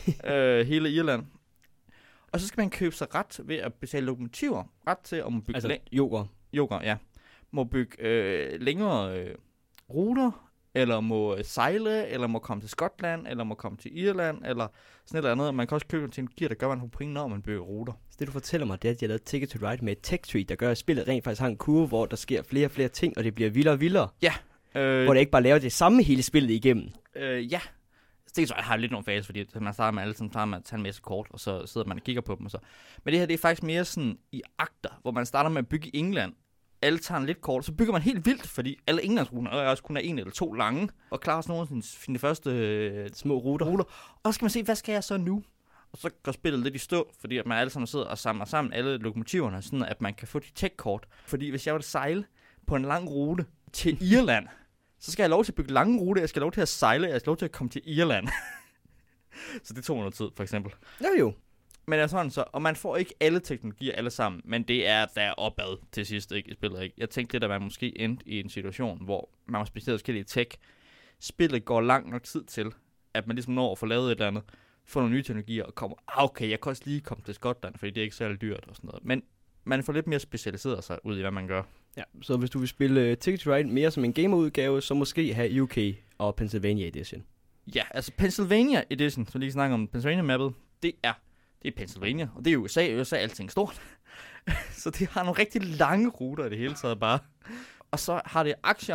Hele Irland. Og så skal man købe sig ret ved at betale lokomotiver. Ret til at må bygge... Altså yoghurt, ja. Må bygge længere ruter, eller må sejle, eller må komme til Skotland, eller må komme til Irland, eller sådan et eller andet. Man kan også købe til en gear, der gør man på point, når man bygger ruter. Så det du fortæller mig, det er, at jeg har lavet Ticket to Ride med et tech tree, der gør, at spillet rent faktisk har en kurve, hvor der sker flere og flere ting, og det bliver vildere og vildere. Ja. Hvor det ikke bare laver det samme hele spillet igennem. Ja. Det har lidt nogle faser, fordi man starter med alle sammen, starter med at tage en masse kort, og så sidder man og kigger på dem. Og så. Men det her, det er faktisk mere sådan i akter, hvor man starter med at bygge i England. Alle tager en lidt kort, så bygger man helt vildt, fordi alle Englandsruter er også kun 1 eller 2 lange, og klarer sådan nogle af sine første små ruter. Og så skal man se, hvad skal jeg så nu? Og så går spillet lidt i stå, fordi at man alle sammen sidder og samler sammen alle lokomotiverne, sådan at man kan få de tech-kort. Fordi hvis jeg vil sejle på en lang rute til Irland, så skal jeg have lov til at bygge lange ruter, jeg skal have lov til at sejle, jeg skal have lov til at komme til Irland. Så det tog noget tid, for eksempel. Jo. Men er sådan så, og man får ikke alle teknologier alle sammen, men det er der opad til sidst, ikke? I spillet, ikke? Jeg tænkte lidt, at man måske endte i en situation, hvor man har specielt forskellige tech. Spillet går lang nok tid til, at man ligesom når at få lavet et eller andet, få nogle nye teknologier, og kommer, okay, jeg kan også lige komme til Skotland, fordi det er ikke særlig dyrt og sådan noget. Men man får lidt mere specialiseret sig ud i, hvad man gør. Ja, så hvis du vil spille Ticket to Ride mere som en gamerudgave, så måske have UK og Pennsylvania Edition. Ja, altså Pennsylvania Edition, så lige snakker om Pennsylvania-mappet, det er Pennsylvania, og det er USA. I USA er alting stort. Så det har nogle rigtig lange ruter i det hele taget bare. Og så har det aktier,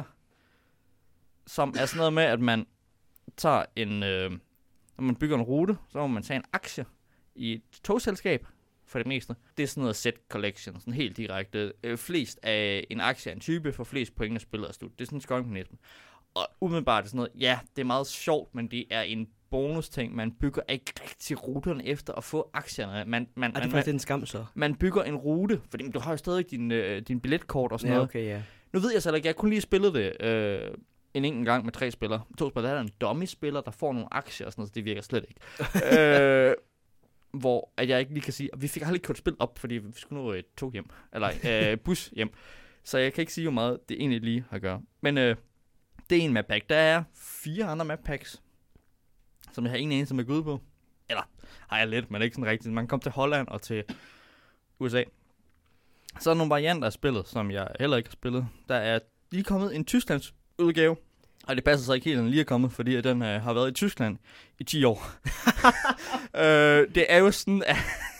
som er sådan noget med, at man tager en... når man bygger en rute, så må man tage en aktie i et togselskab for det meste. Det er sådan noget set collection, sådan helt direkte. Flest af en aktie af en type for flest point af spillet og slut. Det er sådan en scoring-mekanisme. Og umiddelbart er det sådan noget, ja, det er meget sjovt, men det er en bonus-ting. Man bygger ikke rigtig ruterne efter at få aktierne. Det er faktisk en skam, så. Man bygger en rute, fordi du har jo stadig din billetkort og sådan noget. Okay, ja. Nu ved jeg så ikke, jeg kunne lige spille det en enkelt gang med 3 spillere. 2 spillere, der er en dummy-spiller, der får nogle aktier og sådan noget, så det virker slet ikke. Hvor at jeg ikke lige kan sige, at vi fik aldrig kørt spil op, fordi vi skulle nå et tog hjem, eller bus hjem. Så jeg kan ikke sige, hvor meget det egentlig lige har at gøre. Men det er en map pack. Der er 4 andre map packs, som jeg har ingen eneste med gået på. Eller har jeg lidt, men ikke sådan rigtigt. Man kom til Holland og til USA. Så er der nogle varianter af spillet, som jeg heller ikke har spillet. Der er lige kommet en Tysklands udgave Og det passer så ikke helt, at den lige er kommet, fordi den har været i Tyskland i 10 år. Det er jo sådan, at...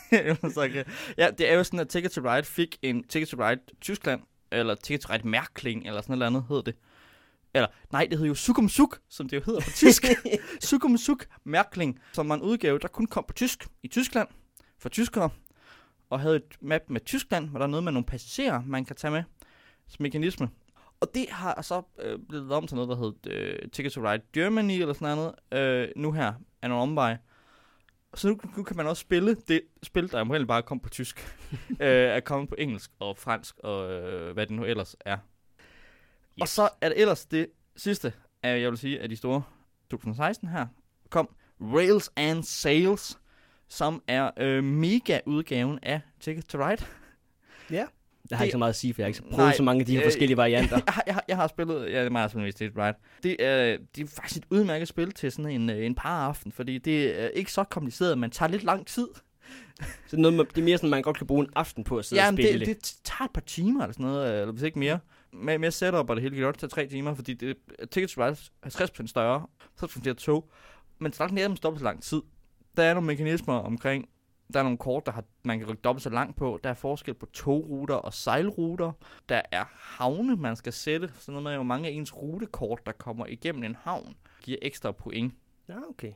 ja, det er jo sådan, at Ticket to Ride fik en Ticket to Ride Tyskland, eller Ticket to Ride Märkling, eller sådan noget andet hed det. Eller, nej, det hed jo Sukum Suk, som det jo hedder på tysk. Sukum Suk Märkling, som var en udgave, der kun kom på tysk i Tyskland, for tyskere, og havde et map med Tyskland, hvor der er noget med nogle passagerer, man kan tage med som mekanisme. Og det har så blevet om til noget, der hed Ticket to Ride Germany, eller sådan noget, nu her er nogle omveje. Så nu kan man også spille det spil, der egentlig bare kom på tysk, er kommet på engelsk og fransk, og hvad det nu ellers er. Yes. Og så er det ellers det sidste, jeg vil sige, af de store 2016 her, kom Rails and Sails, som er mega-udgaven af Ticket to Ride. Ja. Jeg har ikke så meget at sige, for jeg har ikke prøvet så mange af de her forskellige varianter. Jeg har spillet, det er meget som Ticket to Ride. Det er faktisk et udmærket spil til sådan en par-aften, fordi det er ikke så kompliceret, men tager lidt lang tid. Så det er mere sådan, man godt kan bruge en aften på at sidde og spille det. Det tager et par timer eller sådan noget, eller hvis ikke mere. Med setup og det hele kan godt tage 3 timer, fordi Ticket to Ride er 50% større, så er det tog. Men det er nærmest dobbelt så lang tid. Der er nogle mekanismer omkring, der er nogle kort, man kan rykke dobbelt så langt på. Der er forskel på togruter og sejlruter. Der er havne, man skal sætte. Sådan noget med, hvor mange af ens rutekort, der kommer igennem en havn, giver ekstra point. Ja, okay.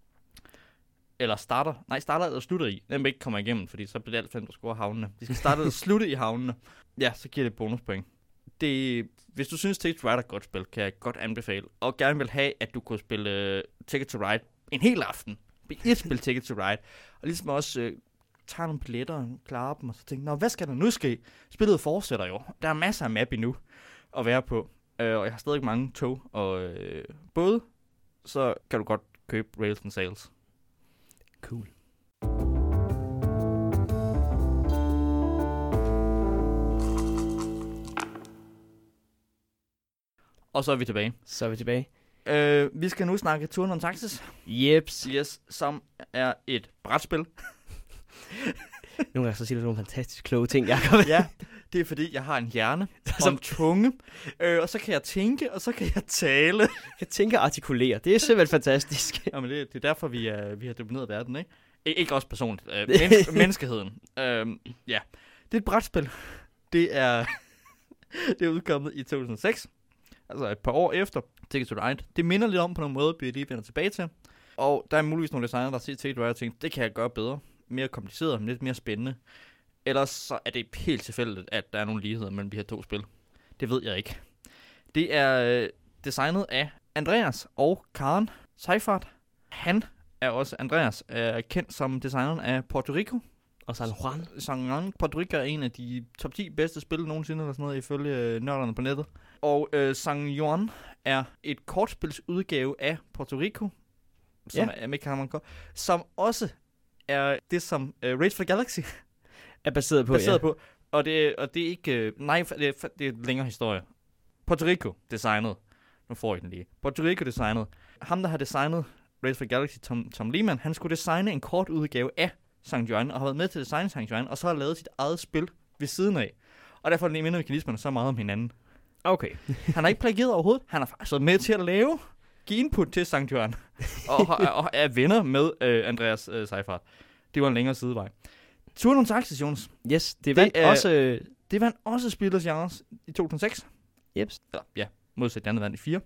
Eller starter eller slutter i. Den ikke kommer igennem, fordi så bliver det alt for der scorer havnene. De skal starte eller slutte i havnene. Ja, så giver det bonuspoint. Hvis du synes Ticket to Ride er et godt spil, kan jeg godt anbefale. Og gerne vil have, at du kunne spille Ticket to Ride en hel aften. Et spil Ticket to Ride. Og ligesom også tager nogle billetter og klarer dem, og så tænker, hvad skal der nu ske? Spillet fortsætter jo. Der er masser af map endnu at være på. Og jeg har stadig mange tog og både, så kan du godt købe Rails and Sails. Cool. Og så er vi tilbage. Vi skal nu snakke Touren on Taxis. Yes, som er et brætspil. Nogle gange så siger du nogle fantastisk kloge ting, Jacob. Ja, det er fordi, jeg har en hjerne og en tunge, og så kan jeg tænke, og så kan jeg tale. Jeg kan tænke og artikulere. Det er simpelthen fantastisk. Jamen, det er derfor, vi har domineret verden, ikke? Ikke også personligt. Menneskeheden. Ja, det er et brætspil. Det er udkommet i 2006. Altså et par år efter Ticket to Ride. Det minder lidt om på nogle måder, vi lige vender tilbage til. Og der er muligvis nogle designer, der har set Ticket to Ride og tænkt, det kan jeg gøre bedre. Mere kompliceret, men lidt mere spændende. Ellers så er det helt tilfældigt, at der er nogle ligheder mellem de her to spil. Det ved jeg ikke. Det er designet af Andreas og Karen Seifert. Han er også, Andreas er kendt som designeren af Puerto Rico. Og San Juan. Puerto Rico er en af de top 10 bedste spil nogensinde, eller sådan noget, ifølge nørderne på nettet. Og San Juan er et kortspilsudgave af Puerto Rico, som er med Cameron Core, som også er det, som Race for the Galaxy er baseret på. Og det er ikke... det er en længere historie. Puerto Rico designet. Nu får I den lige. Puerto Rico designet. Ham, der har designet Race for the Galaxy, Tom Lehman, han skulle designe en kort udgave af San Juan, og har været med til at designe San Juan, og så har lavet sit eget spil ved siden af. Og derfor minder mekanismerne så meget om hinanden. Okay. Han har ikke plagieret overhovedet. Han har faktisk været med til at give input til St. Johan. og er venner med Andreas Seifert. Det var en længere sidevej. Touren on Taxis, Jonas. Yes, det vandt også Spillers Jans i 2006. Yep. Ja, modsat det andet vandt i 4.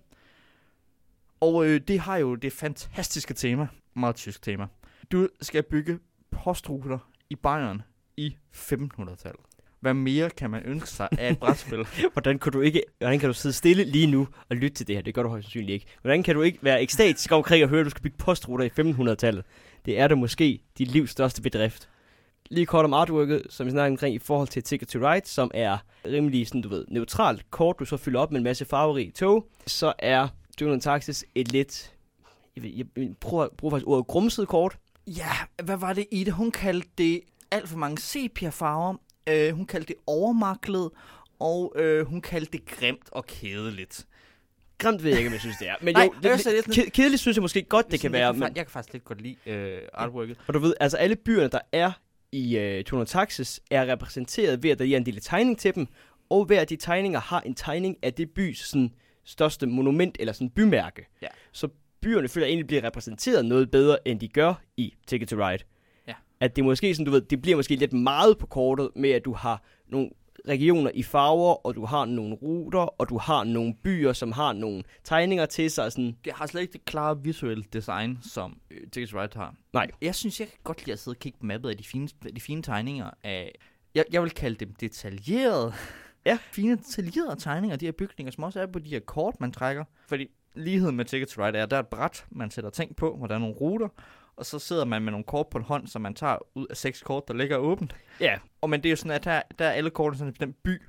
Og det har jo det fantastiske tema. Meget tysk tema. Du skal bygge postruter i Bayern i 1500-tallet. Hvad mere kan man ønske sig af et brætspil? Hvordan kan du sidde stille lige nu og lytte til det her? Det gør du højst sandsynligt ikke. Hvordan kan du ikke være ekstatisk omkring og høre, at du skal bygge postruter i 1500-tallet? Det er da måske dit livs største bedrift. Lige kort om artworket, som vi snakker omkring i forhold til Ticket to Ride, som er rimelig sådan, neutralt kort, du så fylder op med en masse farverige tog. Så er Touren on Taxis et lidt, jeg bruger faktisk ordet grumset kort. Ja, hvad var det i det? Hun kaldte det alt for mange sepia-farver. Hun kaldte det overmaklet, og hun kaldte det grimt og kedeligt. Grimt ved jeg ikke, om jeg synes, det er. Men jo, kedeligt synes jeg måske godt, det kan være. Jeg kan faktisk lidt godt lide artworket. Og du ved, altså alle byerne, der er i Touren on Taxis, er repræsenteret ved, at der er en lille tegning til dem, og hver af de tegninger har en tegning af det bys sådan største monument eller sådan bymærke. Ja. Så byerne føler egentlig bliver repræsenteret noget bedre, end de gør i Ticket to Ride. Ja. At det måske sådan, du ved, det bliver måske lidt meget på kortet med, at du har nogle regioner i farver, og du har nogle ruter, og du har nogle byer, som har nogle tegninger til sig. Sådan. Det har slet ikke det klare visuelle design, som Ticket to Ride har. Nej. Jeg synes, jeg kan godt lide at sidde og kigge på mappet af de fine tegninger af... Jeg vil kalde dem detaljerede. Ja. Fine detaljerede tegninger af de her bygninger, som også er på de her kort, man trækker. Fordi ligheden med Ticket to Ride er, at der er et bræt, man sætter ting på, hvor der er nogle ruter, og så sidder man med nogle kort på en hånd, som man tager ud af 6 kort, der ligger åbent. Ja. Og men det er jo sådan, at der er alle kortene sådan en bestemt by,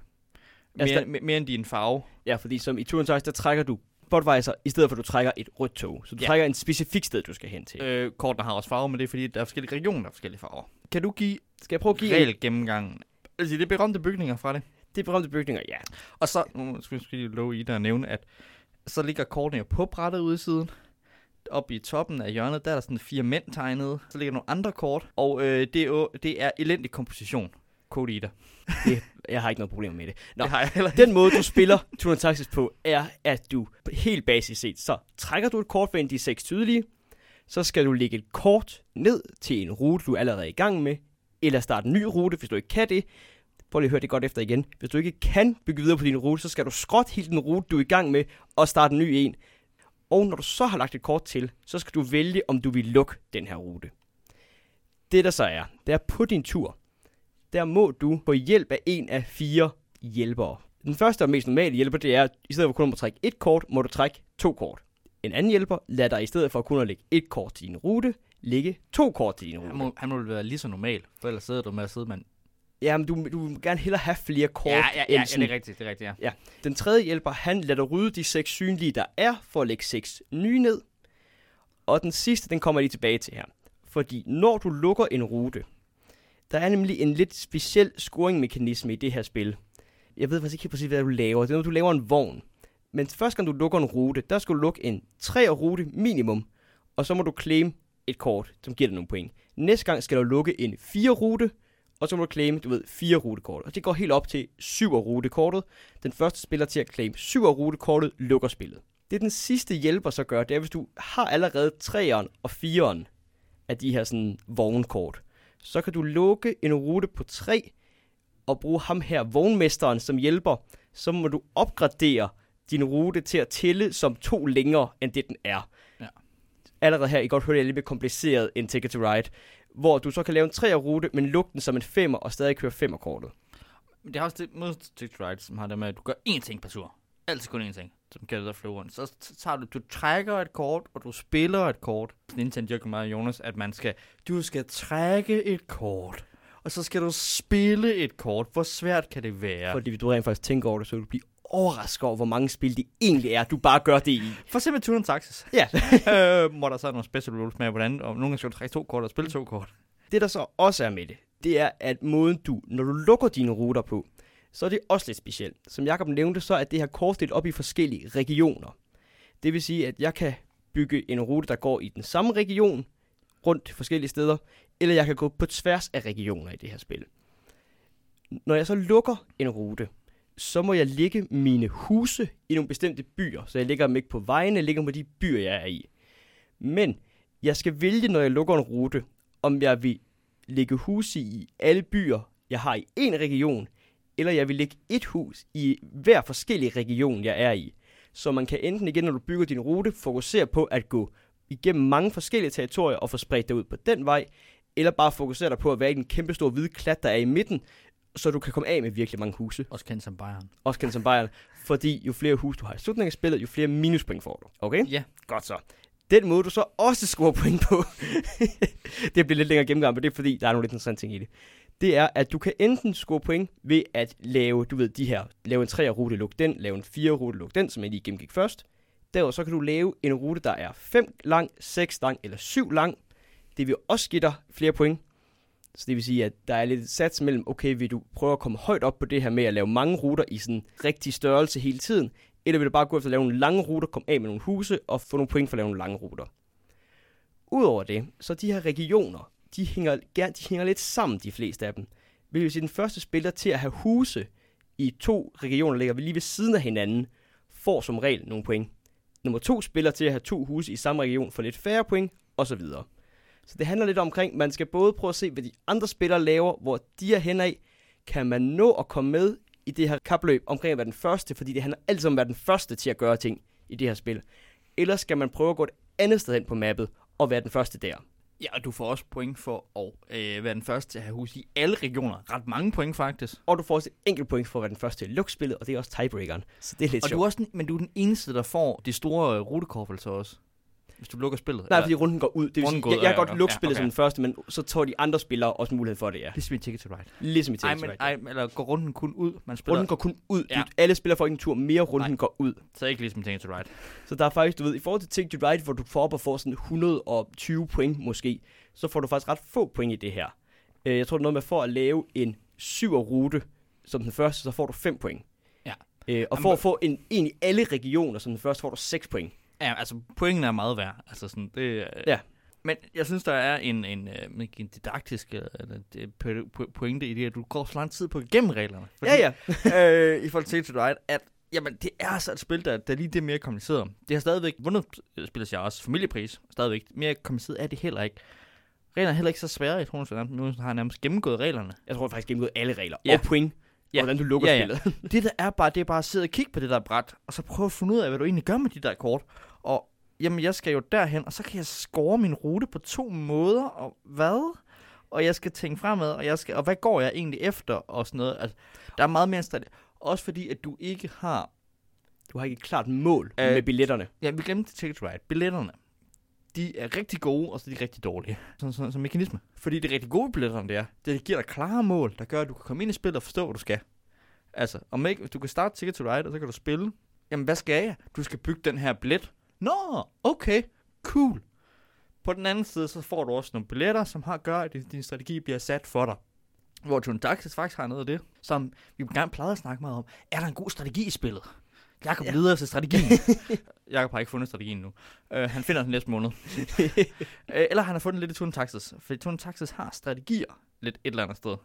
mere end din farve. Ja, fordi som i Tour der trækker du Budweiser, i stedet for at du trækker et rødt tog. Så du trækker en specifik sted, du skal hen til. Kortene har også farve, men det er fordi, der er forskellige regioner, der er forskellige farver. Kan du give Skal jeg prøve at give regelgennemgangen? Altså, det er berømte bygninger fra det. Det er berømte bygninger, ja. Og så, nu skal jeg love Ida at nævne, at så ligger kortene jo på brættet ude i siden. Oppe i toppen af hjørnet, der er der sådan 4 mænd tegnet. Så ligger nogle andre kort, og det er elendig komposition. Code Ida. Jeg har ikke noget problem med det. Nå, Det har jeg heller ikke. den måde, du spiller Tour Taxis på, er, at du helt basis set, så trækker du et kort for en af de 6 tydelige, så skal du lægge et kort ned til en rute, du er allerede i gang med, eller starte en ny rute, hvis du ikke kan det. Prøv lige at høre det godt efter igen. Hvis du ikke kan bygge videre på din rute, så skal du skrotte hele den rute, du er i gang med, og starte en ny en. Og når du så har lagt et kort til, så skal du vælge, om du vil lukke den her rute. Det der så er, det er på din tur. Der må du få hjælp af en af 4 hjælpere. Den første og mest normale hjælper, det er, at i stedet for kun at trække 1 kort, må du trække 2 kort. En anden hjælper lader dig i stedet for kun at lægge 1 kort til din rute, lægge 2 kort til din rute. Han må være lige så normal, for ellers sidder du med at sidde med... Ja, men du vil gerne hellere have flere kort. Ja, end det er rigtigt, ja. Den tredje hjælper, han lader dig rydde de 6 synlige, der er, for at lægge 6 nye ned. Og den sidste, den kommer jeg lige tilbage til her. Fordi når du lukker en rute, der er nemlig en lidt speciel scoring-mekanisme i det her spil. Jeg ved faktisk ikke præcis, hvad du laver. Det er, når du laver en vogn. Men første gang du lukker en rute, der skal du lukke en 3'er-rute minimum, og så må du claim et kort, som giver dig nogle point. Næste gang skal du lukke en 4'er-rute, og så må du claim, 4 rutekort. Og det går helt op til 7'er-rutekortet. Den første spiller til at claim 7'er-rutekortet lukker spillet. Det den sidste hjælper så gør, det er, hvis du har allerede 3'eren og 4'eren af de her sådan vognkort, så kan du lukke en rute på 3 og bruge ham her, vognmesteren, som hjælper. Så må du opgradere din rute til at tælle som 2 længere, end det den er. Ja. Allerede her, I godt høre, det er lidt mere kompliceret end Ticket to Ride, hvor du så kan lave en 3'er-rute, men lukke den som en 5'er og stadig køre 5'er-kortet. Det har også det mod Ticket to Ride, som har det med, at du gør én ting per tur. Altid kun én ting, som kan det der flow rundt. Så tager du trækker et kort, og du spiller et kort. Nintendo joker meget, Jonas, at du skal trække et kort, og så skal du spille et kort. Hvor svært kan det være? Fordi hvis du rent faktisk tænker over det, så vil du blive overrasket over, hvor mange spil det egentlig er, du bare gør det i. For eksempel Tour Taxis. Ja. Hvor der så er nogle special rules med, hvordan, og nogle gange skal du trække 2 kort og spille 2 kort. Det der så også er med det er, at måden når du lukker dine ruter på, så er det også lidt specielt. Som Jakob nævnte, så er det her kort delt op i forskellige regioner. Det vil sige, at jeg kan bygge en rute, der går i den samme region, rundt forskellige steder, eller jeg kan gå på tværs af regioner i det her spil. Når jeg så lukker en rute, så må jeg lægge mine huse i nogle bestemte byer. Så jeg lægger dem ikke på vejene, jeg lægger dem på de byer, jeg er i. Men jeg skal vælge, når jeg lukker en rute, om jeg vil lægge huse i alle byer, jeg har i en region, eller jeg vil lægge et hus i hver forskellige region, jeg er i. Så man kan enten igen, når du bygger din rute, fokusere på at gå igennem mange forskellige territorier og få spredt dig ud på den vej, eller bare fokusere dig på at være i den kæmpe store hvide klat, der er i midten, så du kan komme af med virkelig mange huse. Også kendt som Bayern. Også kendt som Bayern, fordi jo flere huse du har i slutningen af spillet, jo flere minuspoint får du. Okay? Ja. Godt så. Den måde du så også scorer point på, det bliver lidt længere gennemgang, men det er fordi, der er nogle lidt interessante ting i det. Det er, at du kan enten score point ved at lave, lave en 3'er-rute, luk den, lave en 4'er-rute, luk den, som jeg lige gennemgik først. Derudover så kan du lave en rute, der er 5 lang, 6 lang eller 7 lang. Det vil også give dig flere point. Så det vil sige, at der er lidt sats mellem, okay, vil du prøve at komme højt op på det her med at lave mange ruter i sådan rigtig størrelse hele tiden, eller vil du bare gå efter at lave nogle lange ruter, komme af med nogle huse og få nogle point for at lave nogle lange ruter. Udover det, så de her regioner, de hænger lidt sammen, de fleste af dem. Vil sige, den første spiller til at have huse i 2 regioner ligger lige ved siden af hinanden, får som regel nogle point. Nummer 2 spiller til at have 2 huse i samme region for lidt færre point, osv. Så det handler lidt omkring, man skal både prøve at se, hvad de andre spillere laver, hvor de er henad. Kan man nå at komme med i det her kapløb omkring at være den første, fordi det handler altid om at være den første til at gøre ting i det her spil. Eller skal man prøve at gå et andet sted hen på mappet og være den første der? Ja, og du får også point for at være den første til at have hus i alle regioner. Ret mange point faktisk. Og du får også et enkelt point for at være den første til at lukke spillet, og det er også tiebreakeren. Så det er lidt sjovt. Men du er den eneste, der får de store rutekorfelser også. Hvis du lukker spillet. Nej, fordi runden går ud. Det vil sige, jeg kan godt lukke spillet som den første, men så tager de andre spillere også mulighed for det, ja. Ligesom i Ticket to Ride. Ligesom i Ticket to Ride. Eller går runden kun ud? Runden går kun ud. Ja. Alle spillere får ikke en tur mere, runden går ud. Så ikke ligesom Ticket to Ride. Så der er faktisk, du ved, i forhold til Ticket to Ride, hvor du får op og får sådan 120 point måske, så får du faktisk ret få point i det her. Jeg tror, det er noget med for at lave en 7'er-rute som den første, så får du 5 point. Ja. Og for at få en i alle regioner som den første, får du 6 point. Ja, altså pointene er meget værd. Altså sådan, det, ja. Men jeg synes, der er en didaktisk pointe i det, at du går så lang tid på gennem reglerne. Fordi, i forhold til Ticket to Ride, at jamen, det er altså et spil, der lige det mere kompliceret. Det har stadigvæk vundet, spiller jeg også, familiepris. Stadigvæk mere kompliceret er det heller ikke. Reglerne er heller ikke så svære. Jeg tror, at nu har nærmest gennemgået reglerne. Jeg tror faktisk gennemgået alle regler. Ja. Og point. Ja. Hvordan du lukker spillet. Det der er bare, det er bare at sidde og kigge på det der bræt, og så prøve at finde ud af, hvad du egentlig gør med de der kort. Og jamen, jeg skal jo derhen, og så kan jeg score min rute på 2 måder, og hvad? Og jeg skal tænke fremad, og hvad går jeg egentlig efter, og sådan noget. Altså, der er meget mere strategi. Også fordi, at du ikke har... Du har ikke et klart mål med billetterne. Ja, vi glemte Ticket to Ride. Billetterne, de er rigtig gode, og så er de rigtig dårlige. Som mekanisme. Fordi det rigtig gode billetterne, det giver dig klare mål, der gør, at du kan komme ind i spillet og forstå, hvad du skal. Altså, hvis du kan starte Ticket to Ride, og så kan du spille. Jamen, hvad skal jeg? Du skal bygge den her billet. Nå, okay, cool. På den anden side, så får du også nogle billetter, som gør, at din strategi bliver sat for dig. Hvor Toon Taxis faktisk har noget af det, som vi gerne plejede at snakke meget om. Er der en god strategi i spillet? Jakob leder efter strategien. Jakob har ikke fundet strategien nu. Han finder den næste måned. Eller han har fundet lidt i Toon Taxis. For Toon Taxis har strategier lidt et eller andet sted.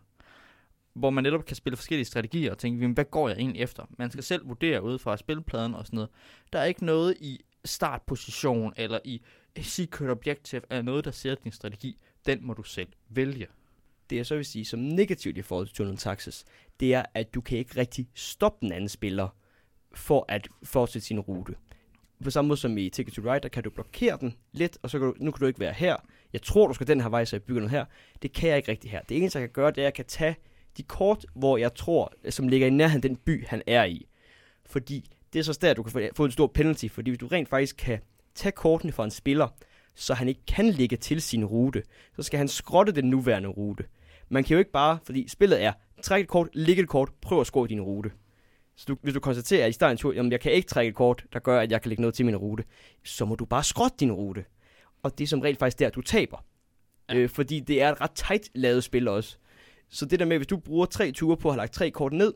Hvor man netop kan spille forskellige strategier og tænke, hvad går jeg egentlig efter? Man skal selv vurdere ud fra spilpladen og sådan noget. Der er ikke noget i startposition eller i secret objective eller noget, der siger din strategi. Den må du selv vælge. Det jeg så vil sige som negativt i forhold til Toon Taxis, det er, at du kan ikke rigtig stoppe den anden spiller for at fortsætte sin rute. På samme måde som i Ticket to Ride, der kan du blokere den lidt, og så nu kan du ikke være her. Jeg tror, du skal den her vej, så jeg bygger noget her. Det kan jeg ikke rigtig her. Det eneste, jeg kan gøre, det er, at jeg kan tage de kort, hvor jeg tror, som ligger i nærheden den by, han er i. Fordi det er så der, du kan få en stor penalty, fordi hvis du rent faktisk kan tage kortene fra en spiller, så han ikke kan ligge til sin rute, så skal han skrotte den nuværende rute. Man kan jo ikke bare, fordi spillet er, træk et kort, læg et kort, prøv at score din rute. Så hvis du konstaterer, at i starten tur, jamen jeg kan ikke trække et kort, der gør, at jeg kan lægge noget til min rute, så må du bare skrotte din rute. Og det er som regel faktisk der, du taber. Ja. Fordi det er et ret tight lavet spil også. Så det der med, hvis du bruger 3 ture på at have lagt 3 kort ned,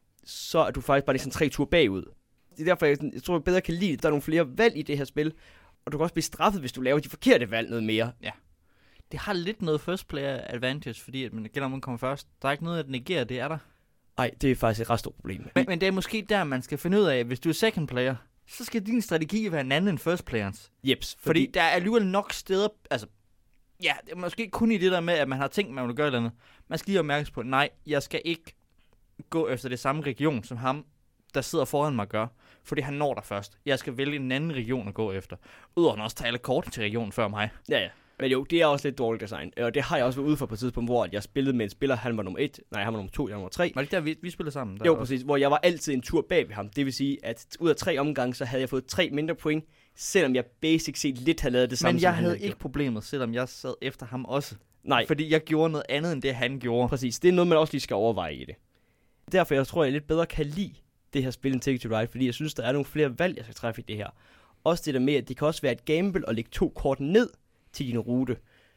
så er du faktisk bare sådan 3 ture bagud. Det er derfor, jeg tror, jeg bedre kan lide, at der er nogle flere valg i det her spil, og du kan også blive straffet, hvis du laver de forkerte valg noget mere. Ja. Det har lidt noget first player advantage, fordi at man kommer først. Der er ikke noget at negere, det er der. Nej, det er faktisk et ret stort problem. Men det er måske der, man skal finde ud af, at hvis du er second player, så skal din strategi være en anden end first players. Jeps. Fordi der er alligevel nok steder, altså, ja, det er måske kun i det der med, at man har tænkt, man vil gøre et eller andet. Man skal lige opmærkes på, nej, jeg skal ikke gå efter det samme region, som ham, der sidder foran mig gør. Fordi han når der først. Jeg skal vælge en anden region at gå efter. Udover han også tager alle korten til regionen før mig. Ja, ja. Men jo, det er også lidt dårligt design. Og det har jeg også været ude for på et tidspunkt, hvor jeg spillede med en spiller, han var nummer 1. Nej, han var nummer 2, jeg var nummer 3. Var det der, vi spillede sammen? Der jo, præcis. Hvor jeg var altid en tur bag ved ham. Det vil sige, at ud af 3 omgange, så havde jeg fået 3 mindre point, selvom jeg basic set lidt havde lavet det samme. Men jeg havde ikke problemet, selvom jeg sad efter ham også. Nej. Fordi jeg gjorde noget andet, end det han gjorde. Præcis. Det er noget, man også lige skal overveje i det. Derfor jeg tror, jeg lidt bedre kan lide det her spil end Ticket to Ride, fordi jeg synes, der er nogle flere valg, jeg skal træffe i det her. Også det der med, at det kan også være et gamble at lægge 2 kort ned til din rute.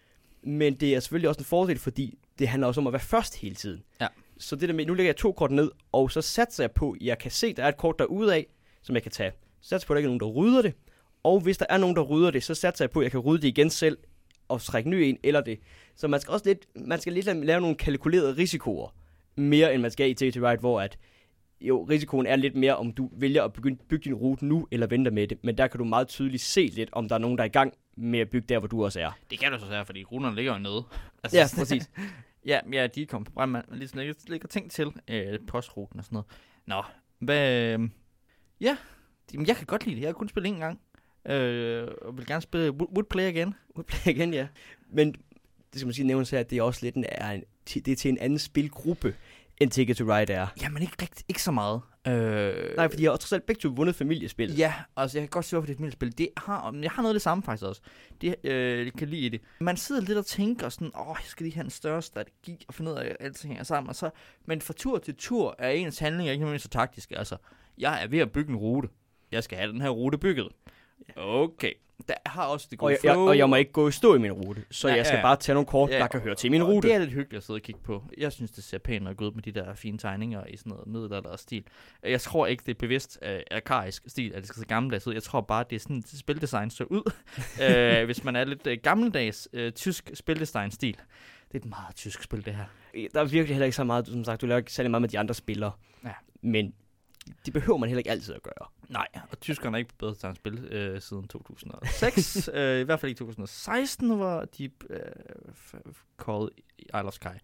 Men det er selvfølgelig også en fordel, fordi det handler også om at være først hele tiden. Ja. Så det der med, nu lægger jeg 2 kort ned, og så satser jeg på, at jeg kan se, at der er et kort derude af, som jeg kan tage. Så satser på, at der ikke er nogen, der rydder det. Og hvis der er nogen, der rydder det, så satser jeg på, at jeg kan rydde det igen selv, og trække ny en, eller det. Så man skal lidt lave nogle kalkulerede risikoer, mere end man skal i Ticket to Ride, hvor at jo, risikoen er lidt mere, om du vælger at bygge din rute nu, eller venter med det. Men der kan du meget tydeligt se lidt, om der er nogen, der er i gang med at bygge der, hvor du også er. Det kan du så sige, fordi ruterne ligger jo nede. Altså, Ja, præcis. ja, de er kommet på brandmand, men lige lægger ting til postruten og sådan noget. Nå, hvad... ja, jamen, jeg kan godt lide det. Jeg har kun spillet én gang. Og vil gerne spille Would Play igen. Would Play igen, ja. Men det skal man sige nævne sig, at det er også lidt det er til en anden spilgruppe, end Ticket to Ride er. Jamen ikke så meget. Nej, fordi jeg har trods alt begge to vundet familiespil. Ja, altså jeg kan godt se, hvorfor det er et familiespil. Jeg har noget af det samme faktisk også. Det jeg kan lide det. Man sidder lidt og tænker sådan, jeg skal lige have en større strategi og finde ud af, at alting hænger sammen. Og så, men fra tur til tur er ens handlinger ikke så taktiske. Altså, jeg er ved at bygge en rute. Jeg skal have den her rute bygget. Okay. Der har også det gode flow. Og jeg må ikke gå i stå i min rute, så jeg skal bare tage nogle kort, der kan høre til min rute. Det er lidt hyggeligt at sidde og kigge på. Jeg synes, det ser pænt og godt med de der fine tegninger i sådan noget middelalder-stil. Jeg tror ikke, det er bevidst arkaisk stil, at det skal se gammeldags ud. Jeg tror bare, det er sådan, spildesign ser ud. Hvis man er lidt gammeldags tysk spildesign-stil. Det er et meget tysk spil, det her. Der er virkelig heller ikke så meget, som sagt, du laver ikke særlig meget med de andre spillere. Ja. Men det behøver man heller ikke altid at gøre. Nej, og tyskerne er ikke bedre til at spille siden 2006. I hvert fald i 2016, hvor de called Isle of Sky.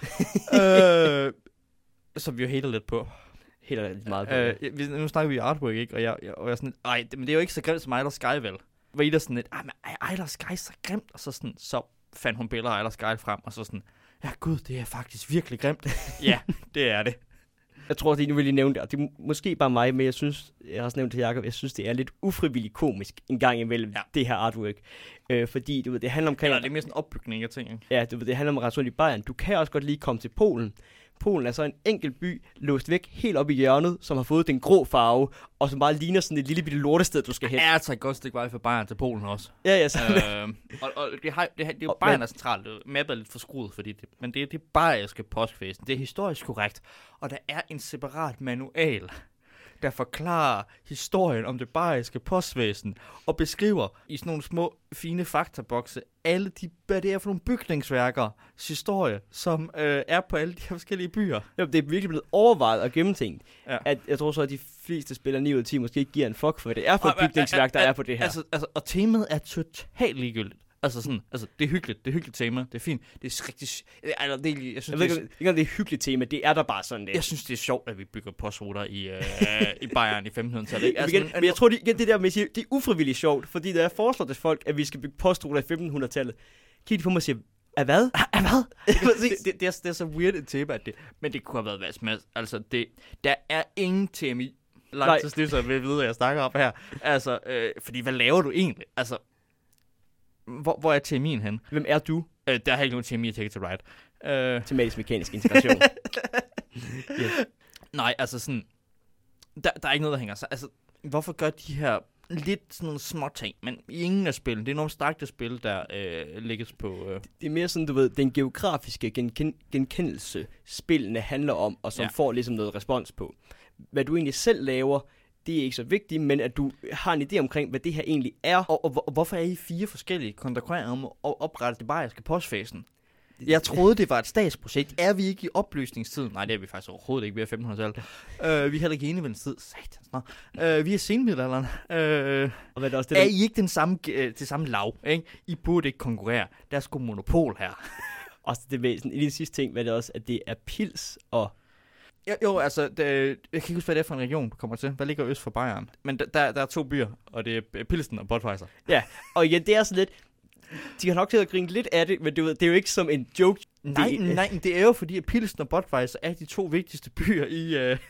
Som vi jo hater lidt på. Hater lidt meget på. Nu snakker vi artwork, ikke? Og jeg er sådan lidt, men det er jo ikke så grimt som Isle of Sky, vel? Hvor I der sådan lidt, men er Isle of Sky så grimt? Og så fandt hun billeder af Isle of Sky frem, og så sådan, ja gud, det er faktisk virkelig grimt. Ja, det er det. Jeg tror, at nu vil lige nævne det, og det er måske bare mig, men jeg har også nævnt til Jacob, jeg synes, det er lidt ufrivilligt komisk en gang imellem det her artwork. Fordi, du ved, det handler om... Eller det er mere sådan en opbygning af ting, ikke? Ja, du ved, det handler om rejse rundt i Bayern. Du kan også godt lige komme til Polen. Polen er så en enkelt by, låst væk helt op i hjørnet, som har fået den grå farve, og som bare ligner sådan et lille bitte lortested, du skal hen. Ja, altså et godt stykke vej fra Bayern til Polen også. Ja, så. Og det er jo Bayern er centralt. Mappet er lidt forskruet, men det er det bayerske postvæsen. Det er historisk korrekt. Og der er en separat manual, der forklarer historien om det bayerske postvæsen, og beskriver i sådan nogle små, fine faktabokse alle hvad det er for nogle bygningsværker, historie, som er på alle de her forskellige byer. Jo, det er virkelig blevet overvejet og gennemtænkt. Ja. At jeg tror så, at de fleste spillere 9 ud af 10 måske ikke giver en fuck for, hvad det er for et bygningsværk, der er på det her. Altså, og temaet er totalt ligegyldigt. Altså, det er hyggeligt. Det er hyggeligt tema. Det er fint. Det er rigtig... Jeg synes, ved ikke, om det er et hyggeligt tema. Det er der bare sådan lidt. Jeg synes, det er sjovt, at vi bygger postruter i Bayern i 1500-tallet. Altså, men jeg tror, det der med at sige, det er ufrivilligt sjovt, fordi da jeg foreslår til folk, at vi skal bygge postruter i 1500-tallet, kigger de på mig og siger, af hvad? Af hvad? Det er så weird et tema, men det kunne have været hvad som helst. Altså, der er ingen TMI. Langt til slut, så jeg vil vide, hvad jeg snakker op her. Altså, fordi hvad laver du egentlig? Altså, hvor er TMI'en hen? Hvem er du? Der er ikke nogen TMI at take to ride. Tematisk mekanisk integration. Yes. Nej, altså sådan, der er ikke noget, der hænger sig. Altså, hvorfor gør de her lidt sådan nogle små ting, men i ingen af spillet? Det er nogle stærkte spil, der lægges på... Det er mere sådan, du ved, den geografiske genkendelse, spillene handler om, og som får ligesom noget respons på. Hvad du egentlig selv laver, det er ikke så vigtigt, men at du har en idé omkring, hvad det her egentlig er. Og hvorfor er I 4 forskellige kontraktører om at oprette det bayerske postvæsen? Jeg troede, det var et statsprojekt. Er vi ikke i opløsningstiden? Nej, det er vi faktisk overhovedet ikke. Vi er 1500-tallet. Vi er heller ikke enevældelsetid. Satans. Vi er senmiddelalderen. Og hvad er det også det, er I ikke det samme lav? Ikke? I burde ikke konkurrere. Der er sgu monopol her. Også det væsen. I den sidste ting, hvad det også, at det er pils og... Jo, altså, jeg kan ikke huske, hvad det er for en region, du kommer til. Hvad ligger øst for Bayern? Men der er 2 byer, og det er Pilsen og Budweiser. Ja, og igen, det er sådan lidt... De har nok til at grine lidt af det, men det er jo ikke som en joke. Nej, det er jo fordi, at Pilsen og Budweiser er de 2 vigtigste byer i...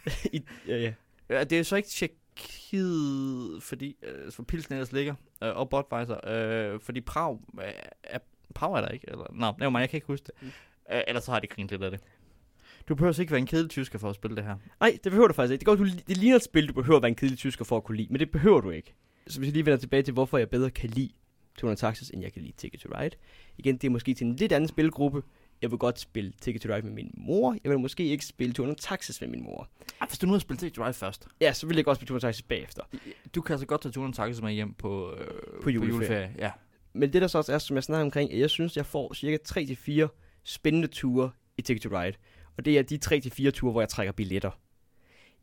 Ja. Det er så ikke Tjekkiet, fordi for Pilsen ellers ligger, og Budweiser, fordi Prag er der ikke? Eller, jeg kan ikke huske det. Ellers så har de grint lidt af det. Du behøver ikke være en kedelig tysker for at spille det her. Nej, det behøver du faktisk ikke. Det ligner et spil, du behøver at være en kedelig tysker for at kunne lide, men det behøver du ikke. Så hvis jeg lige vender tilbage til, hvorfor jeg bedre kan lide Tour Taxis, end jeg kan lide Ticket to Ride. Igen, det er måske til en lidt anden spilgruppe. Jeg vil godt spille Ticket to Ride med min mor. Jeg vil måske ikke spille Tour Taxis med min mor. Hvis du nu har spillet Ticket to Ride først. Ja, så vil jeg godt spille Tour Taxis bagefter. Du kan altså godt tage Tour Taxis med hjem på juleferie. Ja. Men det der så også er, som jeg snakker omkring, at jeg synes, jeg får cirka 3-4 spændende ture i Ticket to Ride. Og det er de 3-4 ture, hvor jeg trækker billetter.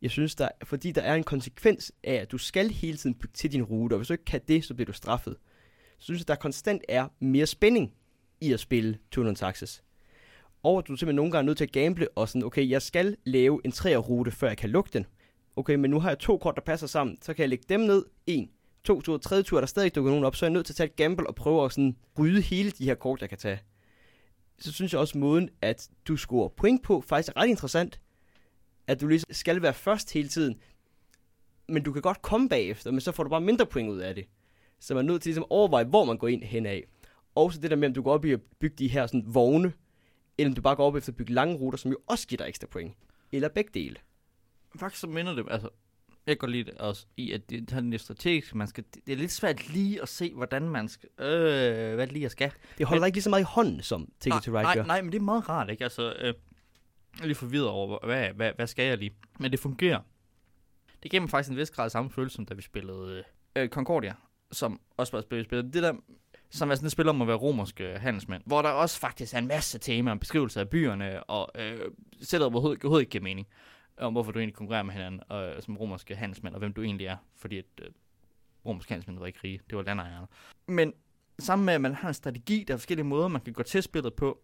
Jeg synes, fordi der er en konsekvens af, at du skal hele tiden bygge til din rute, og hvis du ikke kan det, så bliver du straffet. Så synes jeg, der konstant er mere spænding i at spille Tournament Taxes. Og at du simpelthen nogle gange er nødt til at gamble, og sådan, okay, jeg skal lave en 3'er-rute, før jeg kan lukke den. Okay, men nu har jeg 2 kort, der passer sammen, så kan jeg lægge dem ned, 1, 2 tur, 3 tur, der stadig dukker nogen op, så er jeg nødt til at tage et gamble og prøve at sådan rydde hele de her kort, jeg kan tage. Så synes jeg også, måden, at du scorer point på, faktisk er ret interessant. At du ligesom skal være først hele tiden, men du kan godt komme bagefter, men så får du bare mindre point ud af det. Så man er nødt til ligesom at overveje, hvor man går ind henad. Og så det der med, om du går op i at bygge de her sådan vogne, eller om du bare går op efter at bygge lange ruter, som jo også giver dig ekstra point. Eller begge dele. Faktisk så minder det, altså, jeg går lige også i, at det er lidt strategisk. Det er lidt svært lige at se, hvordan man skal, hvad det lige skal. Det holder ikke lige så meget i hånden, som Ticket to Ride gør. Nej, men det er meget rart, ikke? Altså, jeg er lige forvirret over, hvad skal jeg lige? Men det fungerer. Det giver mig faktisk en vis grad samme følelse, som da vi spillede Concordia, som også var spillet. Det der, som er sådan et spil om at være romerske handelsmænd, hvor der også faktisk er en masse temaer om beskrivelser af byerne, og sættet overhovedet ikke giver mening, om hvorfor du egentlig konkurrerer med hinanden som romerske handelsmænd, og hvem du egentlig er, fordi at romerske handelsmænd var ikke rige, det var landejerne. Men sammen med, at man har en strategi, der er forskellige måder, man kan gå til spillet på,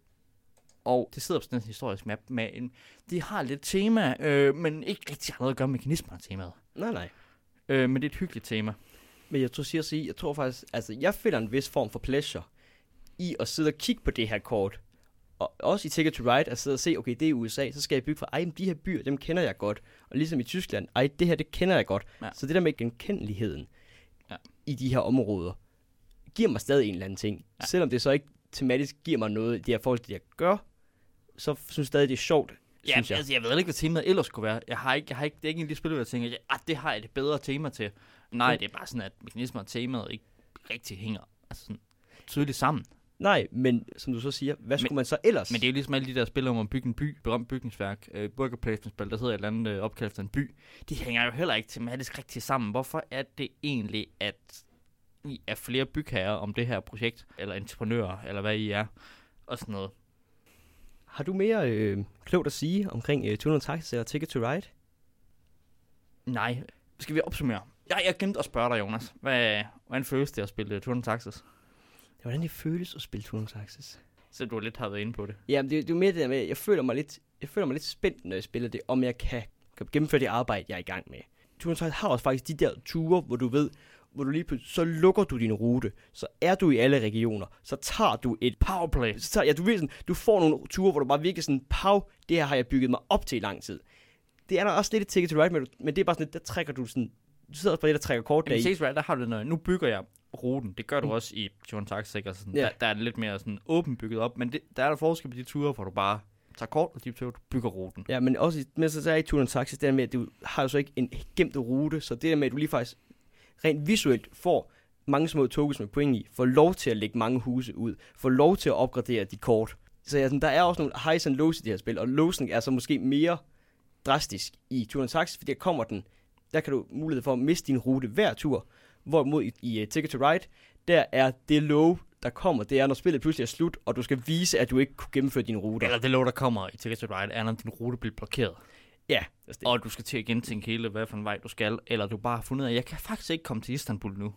og det sidder på sådan en historisk map med de har lidt tema, men ikke rigtig har noget at gøre med mekanismer af temaet. Nej. Men det er et hyggeligt tema. Men jeg tror faktisk, altså jeg finder en vis form for pleasure i at sidde og kigge på det her kort. Og også i Ticket to Ride at sidde og se, okay, det er USA, så skal jeg bygge for, de her byer, dem kender jeg godt. Og ligesom i Tyskland, det her, det kender jeg godt. Ja. Så det der med genkendeligheden i de her områder, giver mig stadig en eller anden ting. Ja. Selvom det så ikke tematisk giver mig noget i det her forhold til det, jeg gør, så synes jeg stadig, det er sjovt. Ja, altså jeg ved ikke, hvad temaet ellers skulle være. Det er ikke en af de spil, hvor jeg tænker, det har jeg det bedre tema til. Nej, det er bare sådan, at mekanismer og temaet ikke rigtig hænger altså sådan tydeligt sammen. Nej, men som du så siger, hvad skulle man så ellers? Men det er jo ligesom alle de der spil om at bygge en by, berømt bygningsværk, worker placement-spil, der hedder et eller andet opkaldt efter en by. De hænger jo heller ikke tematisk rigtig sammen. Hvorfor er det egentlig, at I er flere bygherrer om det her projekt, eller entreprenører, eller hvad I er, og sådan noget? Har du mere klogt at sige omkring Tournament Taxes eller Ticket to Ride? Nej. Skal vi opsummere? Jeg glemte at spørge dig, Jonas. Hvordan føles det at spille Tournament Taxes? Hvordan det føles at spille Tournament Taxes? Så du lidt har været inde på det. Ja, men det er mere det der med, jeg føler mig lidt spændt, når jeg spiller det, om jeg kan gennemføre det arbejde, jeg er i gang med. Tournament Taxes har også faktisk de der ture, hvor du ved, hvor du lige pludselig, så lukker du din rute, så er du i alle regioner, så tager du et powerplay. Du får nogle ture, hvor du bare virkelig sådan, det her har jeg bygget mig op til i lang tid. Det er der også lidt et Ticket to Ride med, men det er bare sådan, der trækker du sådan, du sidder også på det, der trækker kort der i. Der har du noget, nu bygger jeg ruten, det gør du også i Tournament Taxes, ikke? Altså sådan, der er det lidt mere sådan åbent bygget op, men der er der forskel på de ture, hvor du bare tager kort, og de ture, du bygger ruten. Ja, men også så er i Tournament Taxes, det der med, at du har jo så ikke en gemt rute, så det der med, at du lige faktisk rent visuelt får mange små tokens med point i, får lov til at lægge mange huse ud, får lov til at opgradere dit kort. Så der er også nogle highs and lows i det her spil, og lowsen er så måske mere drastisk i Tournament Taxes, fordi der kan du mulighed for at miste din rute hver tur, hvorimod i Ticket to Ride, der er det low, der kommer, det er, når spillet pludselig er slut, og du skal vise, at du ikke kunne gennemføre din rute. Eller det low, der kommer i Ticket to Ride, er, når din rute bliver blokeret. Ja. Og du skal til at gentænke hele, hvad for en vej du skal, eller du bare har fundet ud af, at jeg kan faktisk ikke komme til Istanbul nu.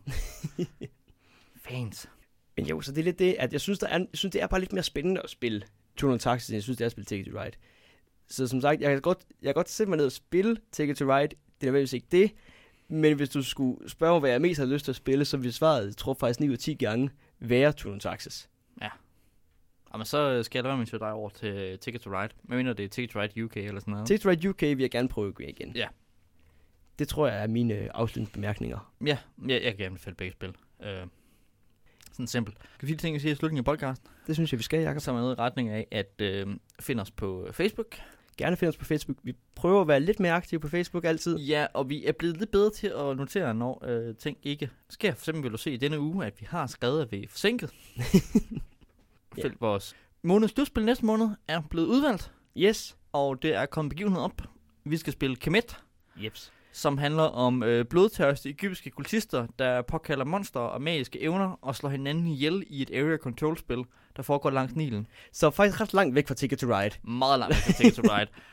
Fans. Men jo, så det er lidt det, at jeg synes, det er bare lidt mere spændende at spille Tournament Taxes, end jeg synes, det er at spille Ticket to Ride. Så som sagt, jeg kan godt sætte mig ned og spille Ticket to Ride, det er nødvendigvis ikke det, men hvis du skulle spørge mig, hvad jeg mest har lyst til at spille, så vil svaret, jeg tror faktisk 9 ud af 10 gange, være Tournament Taxes. Ja. Men så skal jeg lade være med at dig over til Ticket to Ride. Jeg mener, det er Ticket to Ride UK eller sådan noget. Ticket to Ride UK vil jeg gerne prøve igen. Ja. Det tror jeg er mine afslutningsbemærkninger. Ja, jeg kan gerne fælde begge spil. Sådan simpelt. Kan vi ting, vi siger i slutningen af podcasten? Det synes jeg, vi skal, Jacob. Så er man noget i retning af at finde os på Facebook. Gerne finde os på Facebook. Vi prøver at være lidt mere aktive på Facebook altid. Ja, og vi er blevet lidt bedre til at notere, når ting ikke sker. For eksempel vil du se i denne uge, at vi har skrevet, at vi er forsinket. Ja. Vores månedsslutspil næste måned er blevet udvalgt. Yes. Og det er kommet begivenhed op. Vi skal spille Kemet. Jeps. Som handler om blodtørste egyptiske kultister, der påkalder monster og magiske evner og slår hinanden ihjel i et area control spil, der foregår langs Nilen. Så faktisk ret langt væk fra Ticket to Ride. Meget langt væk fra Ticket to Ride.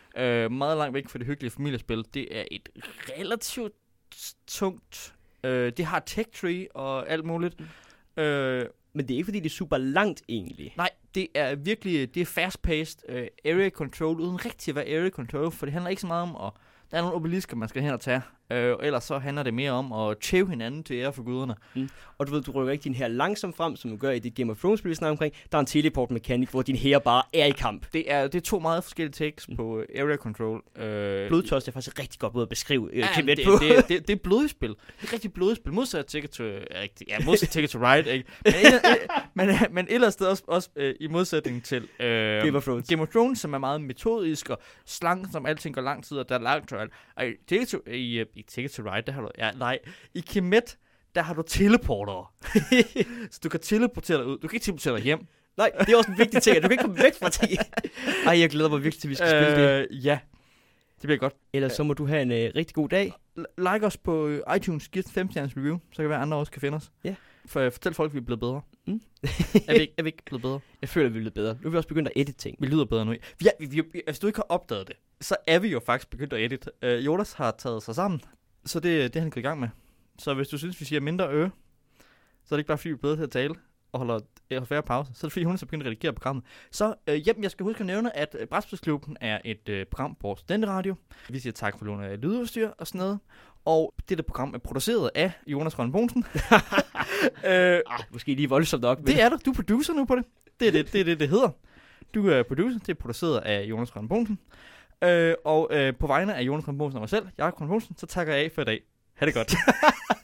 Meget langt væk fra det hyggelige familiespil. Det er et relativt tungt... det har tech tree og alt muligt. Men det er ikke, fordi det er super langt, egentlig. Nej, det er virkelig... Det er fast-paced area control, uden rigtig at være area control, for det handler ikke så meget om at... Der er nogle obelisker, man skal hen og tage. Ellers så handler det mere om at tæve hinanden til ære for guderne. Og du ved, du rykker ikke din her langsomt frem, som du gør i det Game of Thrones-spil, vi snakker omkring. Der er en teleport-mekanik, hvor din her bare er i kamp. Det er to meget forskellige takes på area control. Blodtørst er faktisk rigtig godt måde at beskrive det er blodigspil. Det er rigtig blodigspil. Modsat Ticket to Ride, ikke? Men ellers det også i modsætning til Game of Thrones, som er meget metodisk og slank, som alting går lang tid, og der er langt og alt. I Ticket to Ride, der har du... Ja, nej. I Kemet, der har du teleportere. Så du kan teleportere dig ud. Du kan ikke teleportere dig hjem. Nej, det er også en vigtig ting, at du kan ikke komme væk fra ting. Ej, jeg glæder mig virkelig til, at vi skal spille det. Ja, det bliver godt. Ellers så må du have en rigtig god dag. Like os på iTunes, giv 5-stjerners review, så kan det være, andre også kan finde os. Ja. Fortæl folk, at vi er blevet bedre. Er vi ikke blevet bedre? Jeg føler, at vi er blevet bedre. Nu er vi også begyndt at edit ting. Vi lyder bedre nu. Hvis du ikke har opdaget det, så er vi jo faktisk begyndt at edit. Jonas har taget sig sammen, så det er han gået i gang med. Så hvis du synes, vi siger mindre så er det ikke bare fordi, vi er bedre til at tale og holder færre pause. Så er det fordi, hun er så begyndt at redigere programmet. Så jeg skal huske at nævne, at Brætspilsklubben er et program på Studenteradio. Vi siger tak for låne af lydudstyr og sådan noget. Og dette program er produceret af Jonas Rønne Bonsen. Måske lige voldsomt nok. Det er der. Du er producer nu på det. Det er det hedder. Du er producer. Det er produceret af Jonas Rønne Bonsen. Og på vegne af Jonas Rønne Bonsen og mig selv, Jakob Rønne Bonsen, så takker jeg af for i dag. Ha' det godt.